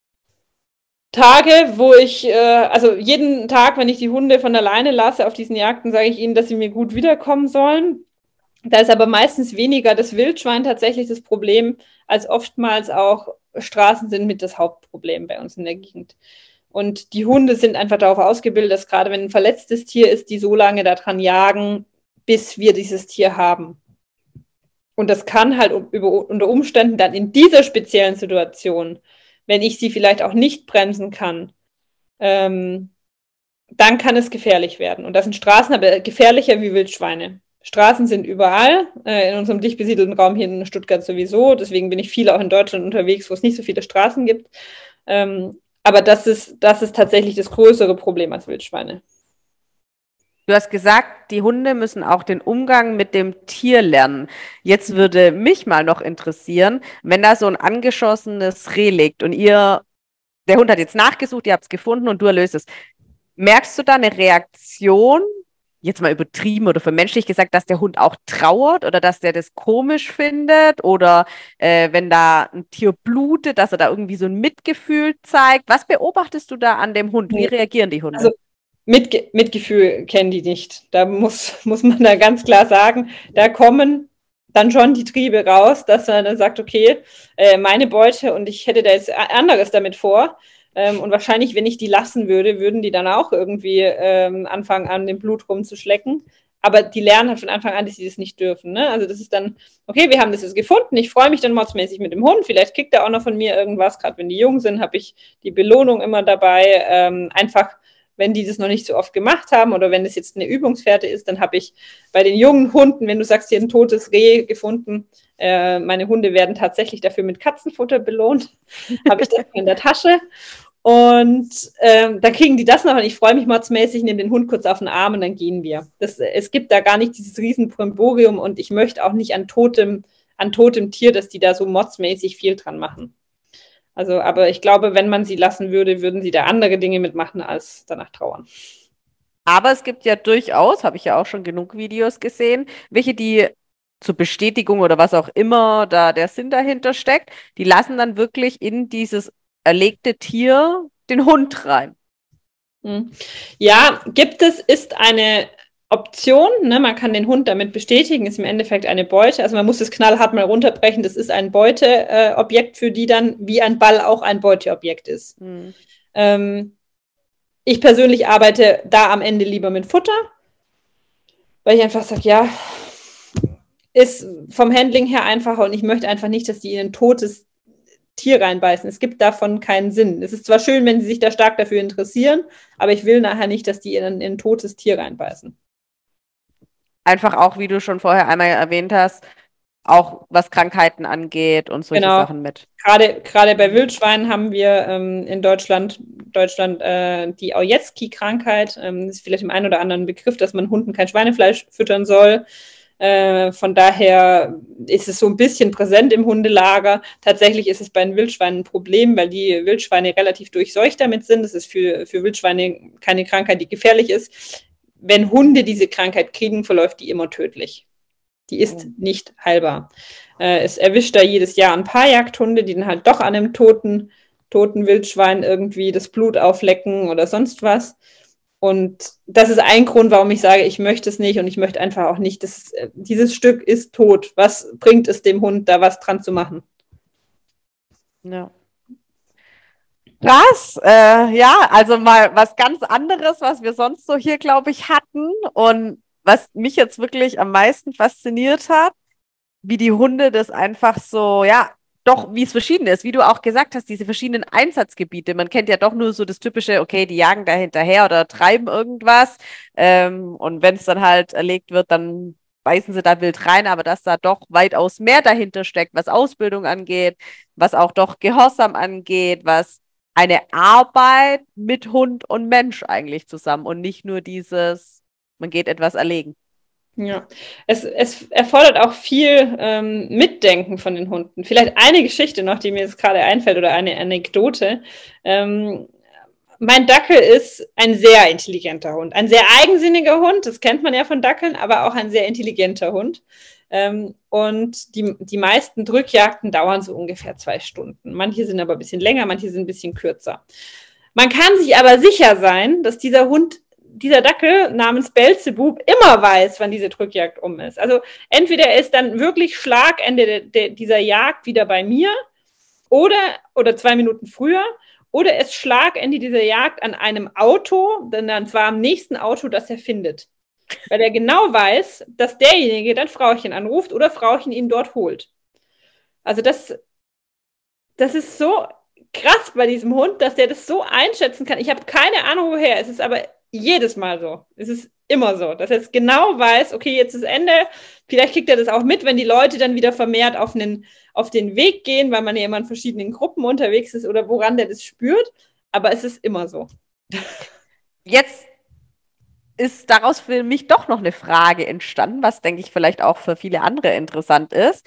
Tage, wo ich, äh, also jeden Tag, wenn ich die Hunde von alleine lasse auf diesen Jagden, sage ich ihnen, dass sie mir gut wiederkommen sollen. Da ist aber meistens weniger das Wildschwein tatsächlich das Problem, als oftmals auch Straßen sind mit das Hauptproblem bei uns in der Gegend. Und die Hunde sind einfach darauf ausgebildet, dass gerade wenn ein verletztes Tier ist, die so lange daran jagen, bis wir dieses Tier haben. Und das kann halt über, unter Umständen dann in dieser speziellen Situation, wenn ich sie vielleicht auch nicht bremsen kann, ähm, dann kann es gefährlich werden. Und das sind Straßen aber gefährlicher wie Wildschweine. Straßen sind überall, äh, in unserem dicht besiedelten Raum hier in Stuttgart sowieso. Deswegen bin ich viel auch in Deutschland unterwegs, wo es nicht so viele Straßen gibt. Ähm, aber das ist, das ist tatsächlich das größere Problem als Wildschweine. Du hast gesagt, die Hunde müssen auch den Umgang mit dem Tier lernen. Jetzt würde mich mal noch interessieren, wenn da so ein angeschossenes Reh liegt und ihr, der Hund hat jetzt nachgesucht, ihr habt es gefunden und du erlöst es. Merkst du da eine Reaktion, jetzt mal übertrieben oder vermenschlich gesagt, dass der Hund auch trauert oder dass der das komisch findet oder äh, wenn da ein Tier blutet, dass er da irgendwie so ein Mitgefühl zeigt? Was beobachtest du da an dem Hund? Wie reagieren die Hunde? Also Mitge Mitgefühl kennen die nicht. Da muss, muss man da ganz klar sagen, da kommen dann schon die Triebe raus, dass man dann sagt, okay, äh, meine Beute und ich hätte da jetzt anderes damit vor. Ähm, und wahrscheinlich, wenn ich die lassen würde, würden die dann auch irgendwie ähm, anfangen, an dem Blut rumzuschlecken. Aber die lernen halt von Anfang an, dass sie das nicht dürfen. Ne? Also das ist dann, okay, wir haben das jetzt gefunden, ich freue mich dann mordsmäßig mit dem Hund, vielleicht kriegt er auch noch von mir irgendwas, gerade wenn die jung sind, habe ich die Belohnung immer dabei, ähm, einfach wenn die das noch nicht so oft gemacht haben oder wenn es jetzt eine Übungsfährte ist, dann habe ich bei den jungen Hunden, wenn du sagst, hier ein totes Reh gefunden, äh, meine Hunde werden tatsächlich dafür mit Katzenfutter belohnt, habe ich das in der Tasche. Und ähm, dann kriegen die das noch und ich freue mich mordsmäßig, nehme den Hund kurz auf den Arm und dann gehen wir. Das, es gibt da gar nicht dieses riesen Brimborium und ich möchte auch nicht an totem, an totem Tier, dass die da so mordsmäßig viel dran machen. Also, aber ich glaube, wenn man sie lassen würde, würden sie da andere Dinge mitmachen, als danach trauern. Aber es gibt ja durchaus, habe ich ja auch schon genug Videos gesehen, welche die zur Bestätigung oder was auch immer da der Sinn dahinter steckt, die lassen dann wirklich in dieses erlegte Tier den Hund rein. Ja, gibt es, ist eine Option, ne? Man kann den Hund damit bestätigen, ist im Endeffekt eine Beute. Also man muss es knallhart mal runterbrechen, das ist ein Beuteobjekt, äh, für die dann wie ein Ball auch ein Beuteobjekt ist. Mhm. Ähm, ich persönlich arbeite da am Ende lieber mit Futter, weil ich einfach sage, ja, ist vom Handling her einfacher und ich möchte einfach nicht, dass die in ein totes Tier reinbeißen. Es gibt davon keinen Sinn. Es ist zwar schön, wenn sie sich da stark dafür interessieren, aber ich will nachher nicht, dass die in ein, in ein totes Tier reinbeißen. Einfach auch, wie du schon vorher einmal erwähnt hast, auch was Krankheiten angeht und solche genau. Sachen mit. Gerade, gerade bei Wildschweinen haben wir ähm, in Deutschland, Deutschland äh, die Ojetzki-Krankheit. Ähm, ist vielleicht im einen oder anderen Begriff, dass man Hunden kein Schweinefleisch füttern soll. Äh, von daher ist es so ein bisschen präsent im Hundelager. Tatsächlich ist es bei den Wildschweinen ein Problem, weil die Wildschweine relativ durchseucht damit sind. Das ist für, für Wildschweine keine Krankheit, die gefährlich ist. Wenn Hunde diese Krankheit kriegen, verläuft die immer tödlich. Die ist oh. nicht heilbar. Äh, es erwischt da jedes Jahr ein paar Jagdhunde, die dann halt doch an einem toten, toten Wildschwein irgendwie das Blut auflecken oder sonst was. Und das ist ein Grund, warum ich sage, ich möchte es nicht und ich möchte einfach auch nicht, dass dieses Stück ist tot. Was bringt es dem Hund, da was dran zu machen? Ja. Krass, äh, ja, also mal was ganz anderes, was wir sonst so hier, glaube ich, hatten und was mich jetzt wirklich am meisten fasziniert hat, wie die Hunde das einfach so, ja, doch, wie es verschieden ist, wie du auch gesagt hast, diese verschiedenen Einsatzgebiete. Man kennt ja doch nur so das typische, okay, die jagen da hinterher oder treiben irgendwas. Ähm, und wenn es dann halt erlegt wird, dann beißen sie da wild rein, aber dass da doch weitaus mehr dahinter steckt, was Ausbildung angeht, was auch doch Gehorsam angeht, was eine Arbeit mit Hund und Mensch eigentlich zusammen und nicht nur dieses, man geht etwas erlegen. Ja, es, es erfordert auch viel ähm, Mitdenken von den Hunden. Vielleicht eine Geschichte noch, die mir jetzt gerade einfällt oder eine Anekdote. Ähm, mein Dackel ist ein sehr intelligenter Hund, ein sehr eigensinniger Hund, das kennt man ja von Dackeln, aber auch ein sehr intelligenter Hund. Ähm, und die, die meisten Drückjagden dauern so ungefähr zwei Stunden. Manche sind aber ein bisschen länger, manche sind ein bisschen kürzer. Man kann sich aber sicher sein, dass dieser Hund dieser Dackel namens Belzebub immer weiß, wann diese Drückjagd um ist. Also entweder er ist dann wirklich Schlagende de, de, dieser Jagd wieder bei mir oder, oder zwei Minuten früher oder es Schlagende dieser Jagd an einem Auto, dann zwar am nächsten Auto, das er findet. Weil er genau weiß, dass derjenige dann Frauchen anruft oder Frauchen ihn dort holt. Also das, das ist so krass bei diesem Hund, dass der das so einschätzen kann. Ich habe keine Ahnung, woher. Es ist aber jedes Mal so. Es ist immer so, dass er jetzt genau weiß, okay, jetzt ist Ende. Vielleicht kriegt er das auch mit, wenn die Leute dann wieder vermehrt auf, einen, auf den Weg gehen, weil man ja immer in verschiedenen Gruppen unterwegs ist oder woran der das spürt. Aber es ist immer so. Jetzt ist daraus für mich doch noch eine Frage entstanden, was, denke ich, vielleicht auch für viele andere interessant ist.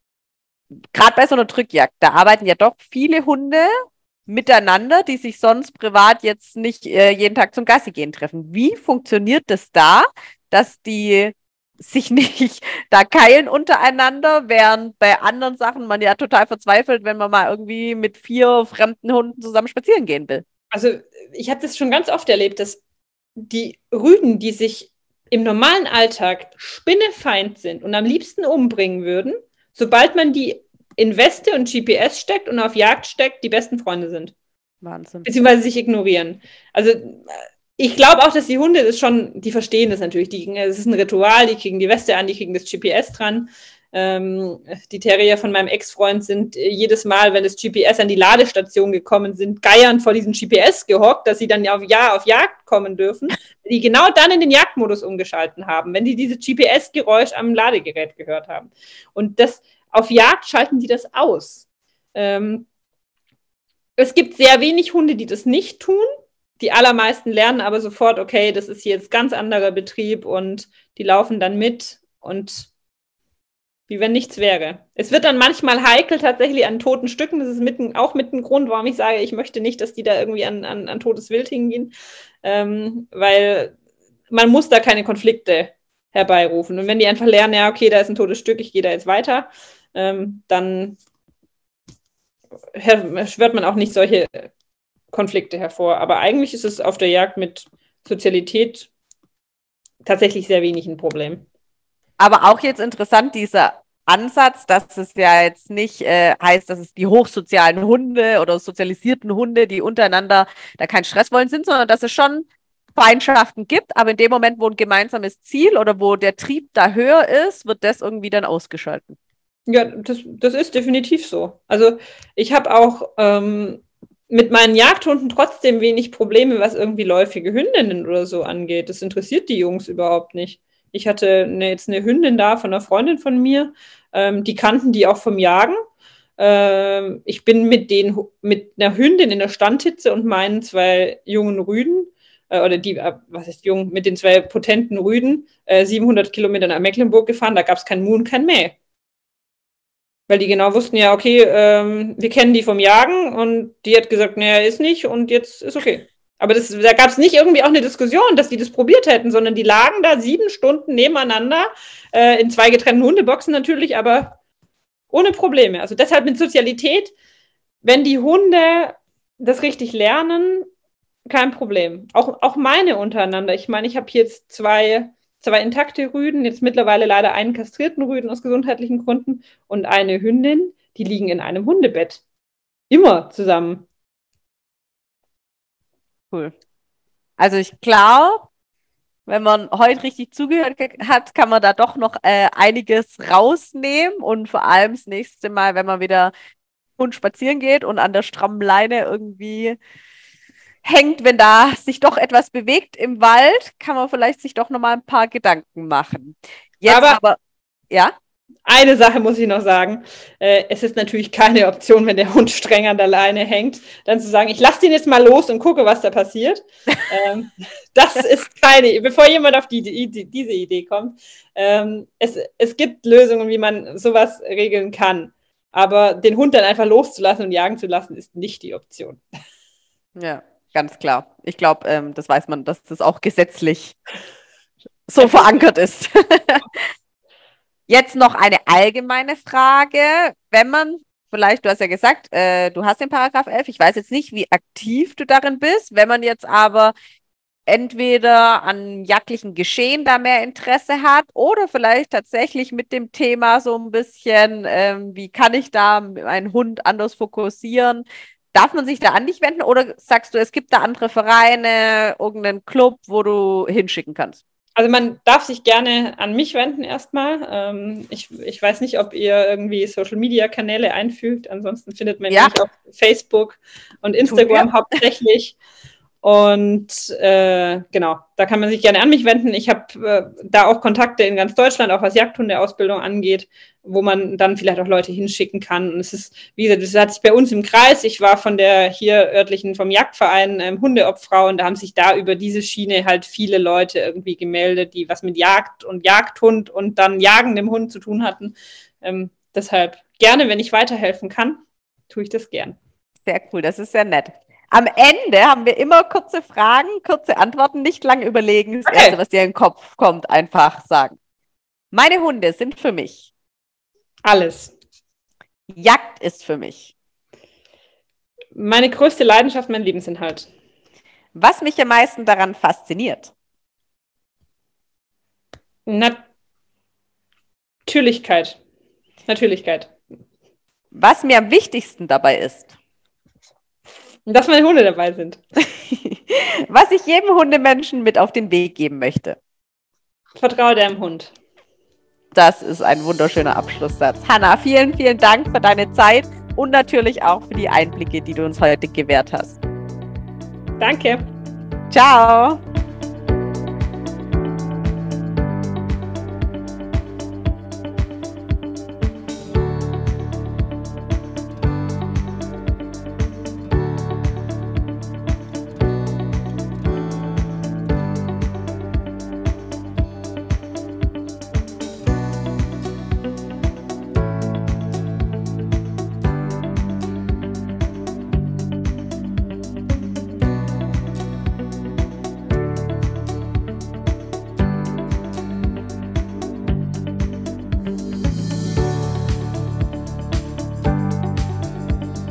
Gerade bei so einer Drückjagd, da arbeiten ja doch viele Hunde miteinander, die sich sonst privat jetzt nicht äh, jeden Tag zum Gassi gehen treffen. Wie funktioniert das da, dass die sich nicht da keilen untereinander, während bei anderen Sachen man ja total verzweifelt, wenn man mal irgendwie mit vier fremden Hunden zusammen spazieren gehen will? Also ich habe das schon ganz oft erlebt, dass die Rüden, die sich im normalen Alltag spinnefeind sind und am liebsten umbringen würden, sobald man die in Weste und G P S steckt und auf Jagd steckt, die besten Freunde sind. Wahnsinn. Beziehungsweise sich ignorieren. Also ich glaube auch, dass die Hunde das schon, die verstehen das natürlich. Es ist ein Ritual, die kriegen die Weste an, die kriegen das G P S dran. Ähm, die Terrier von meinem Ex-Freund sind äh, jedes Mal, wenn das G P S an die Ladestation gekommen sind, geiernd vor diesem G P S gehockt, dass sie dann auf, ja, auf Jagd kommen dürfen, die genau dann in den Jagdmodus umgeschalten haben, wenn die dieses G P S-Geräusch am Ladegerät gehört haben. Und das auf Jagd schalten die das aus. Ähm, Es gibt sehr wenig Hunde, die das nicht tun. Die allermeisten lernen aber sofort, okay, das ist jetzt ganz anderer Betrieb und die laufen dann mit und wie wenn nichts wäre. Es wird dann manchmal heikel tatsächlich an toten Stücken. Das ist mitten, auch mit ein Grund, warum ich sage, ich möchte nicht, dass die da irgendwie an, an, an totes Wild hingehen, ähm, weil man muss da keine Konflikte herbeirufen. Und wenn die einfach lernen, ja, okay, da ist ein totes Stück, ich gehe da jetzt weiter, ähm, dann schwört man auch nicht solche Konflikte hervor. Aber eigentlich ist es auf der Jagd mit Sozialität tatsächlich sehr wenig ein Problem. Aber auch jetzt interessant, dieser Ansatz, dass es ja jetzt nicht äh, heißt, dass es die hochsozialen Hunde oder sozialisierten Hunde, die untereinander da keinen Stress wollen, sind, sondern dass es schon Feindschaften gibt, aber in dem Moment, wo ein gemeinsames Ziel oder wo der Trieb da höher ist, wird das irgendwie dann ausgeschalten. Ja, das, das ist definitiv so. Also ich habe auch ähm, mit meinen Jagdhunden trotzdem wenig Probleme, was irgendwie läufige Hündinnen oder so angeht. Das interessiert die Jungs überhaupt nicht. Ich hatte eine, jetzt eine Hündin da von einer Freundin von mir, ähm, die kannten die auch vom Jagen. Ähm, ich bin mit, den, mit einer Hündin in der Standhitze und meinen zwei jungen Rüden, äh, oder die, äh, was ist jung, mit den zwei potenten Rüden, äh, siebenhundert Kilometer nach Mecklenburg gefahren, da gab es kein Mu und kein Mäh. Weil die genau wussten, ja, okay, ähm, wir kennen die vom Jagen und die hat gesagt, naja, ist nicht und jetzt ist okay. Aber das, da gab es nicht irgendwie auch eine Diskussion, dass die das probiert hätten, sondern die lagen da sieben Stunden nebeneinander, äh, in zwei getrennten Hundeboxen natürlich, aber ohne Probleme. Also deshalb mit Sozialität, wenn die Hunde das richtig lernen, kein Problem. Auch, auch meine untereinander. Ich meine, ich habe jetzt zwei, zwei intakte Rüden, jetzt mittlerweile leider einen kastrierten Rüden aus gesundheitlichen Gründen und eine Hündin, die liegen in einem Hundebett. Immer zusammen. Cool. Also ich glaube, wenn man heute richtig zugehört hat, kann man da doch noch äh, einiges rausnehmen und vor allem das nächste Mal, wenn man wieder Hund spazieren geht und an der strammen Leine irgendwie hängt, wenn da sich doch etwas bewegt im Wald, kann man vielleicht sich doch nochmal ein paar Gedanken machen. Jetzt aber, aber ja? Eine Sache muss ich noch sagen. Äh, es ist natürlich keine Option, wenn der Hund streng an der Leine hängt, dann zu sagen, ich lasse den jetzt mal los und gucke, was da passiert. ähm, das ist keine, bevor jemand auf die, die, diese Idee kommt. Ähm, es, es gibt Lösungen, wie man sowas regeln kann. Aber den Hund dann einfach loszulassen und jagen zu lassen, ist nicht die Option. Ja, ganz klar. Ich glaube, ähm, das weiß man, dass das auch gesetzlich so verankert ist. Jetzt noch eine allgemeine Frage. Wenn man, vielleicht, du hast ja gesagt, äh, du hast den Paragraph elf, ich weiß jetzt nicht, wie aktiv du darin bist. Wenn man jetzt aber entweder an jagdlichen Geschehen da mehr Interesse hat oder vielleicht tatsächlich mit dem Thema so ein bisschen, ähm, wie kann ich da meinen Hund anders fokussieren, darf man sich da an dich wenden oder sagst du, es gibt da andere Vereine, irgendeinen Club, wo du hinschicken kannst? Also man darf sich gerne an mich wenden erstmal. Ähm, ich, ich weiß nicht, ob ihr irgendwie Social-Media-Kanäle einfügt. Ansonsten findet man ja. mich auf Facebook und Instagram hauptsächlich. Und äh, genau, da kann man sich gerne an mich wenden. Ich habe äh, da auch Kontakte in ganz Deutschland, auch was Jagdhundeausbildung angeht, wo man dann vielleicht auch Leute hinschicken kann. Und es ist, wie gesagt, das hat sich bei uns im Kreis. Ich war von der hier örtlichen, vom Jagdverein ähm, Hundeobfrau und da haben sich da über diese Schiene halt viele Leute irgendwie gemeldet, die was mit Jagd und Jagdhund und dann jagendem Hund zu tun hatten. Ähm, deshalb gerne, wenn ich weiterhelfen kann, tue ich das gern. Sehr cool, das ist sehr nett. Am Ende haben wir immer kurze Fragen, kurze Antworten, nicht lange überlegen. Das okay. Erste, was dir in den Kopf kommt, einfach sagen. Meine Hunde sind für mich. Alles. Jagd ist für mich. Meine größte Leidenschaft, mein Lebensinhalt. Was mich am meisten daran fasziniert. Natürlichkeit. Natürlichkeit. Was mir am wichtigsten dabei ist. Dass meine Hunde dabei sind. Was ich jedem Hundemenschen mit auf den Weg geben möchte. Vertraue deinem Hund. Das ist ein wunderschöner Abschlusssatz. Hanna, vielen, vielen Dank für deine Zeit und natürlich auch für die Einblicke, die du uns heute gewährt hast. Danke. Ciao.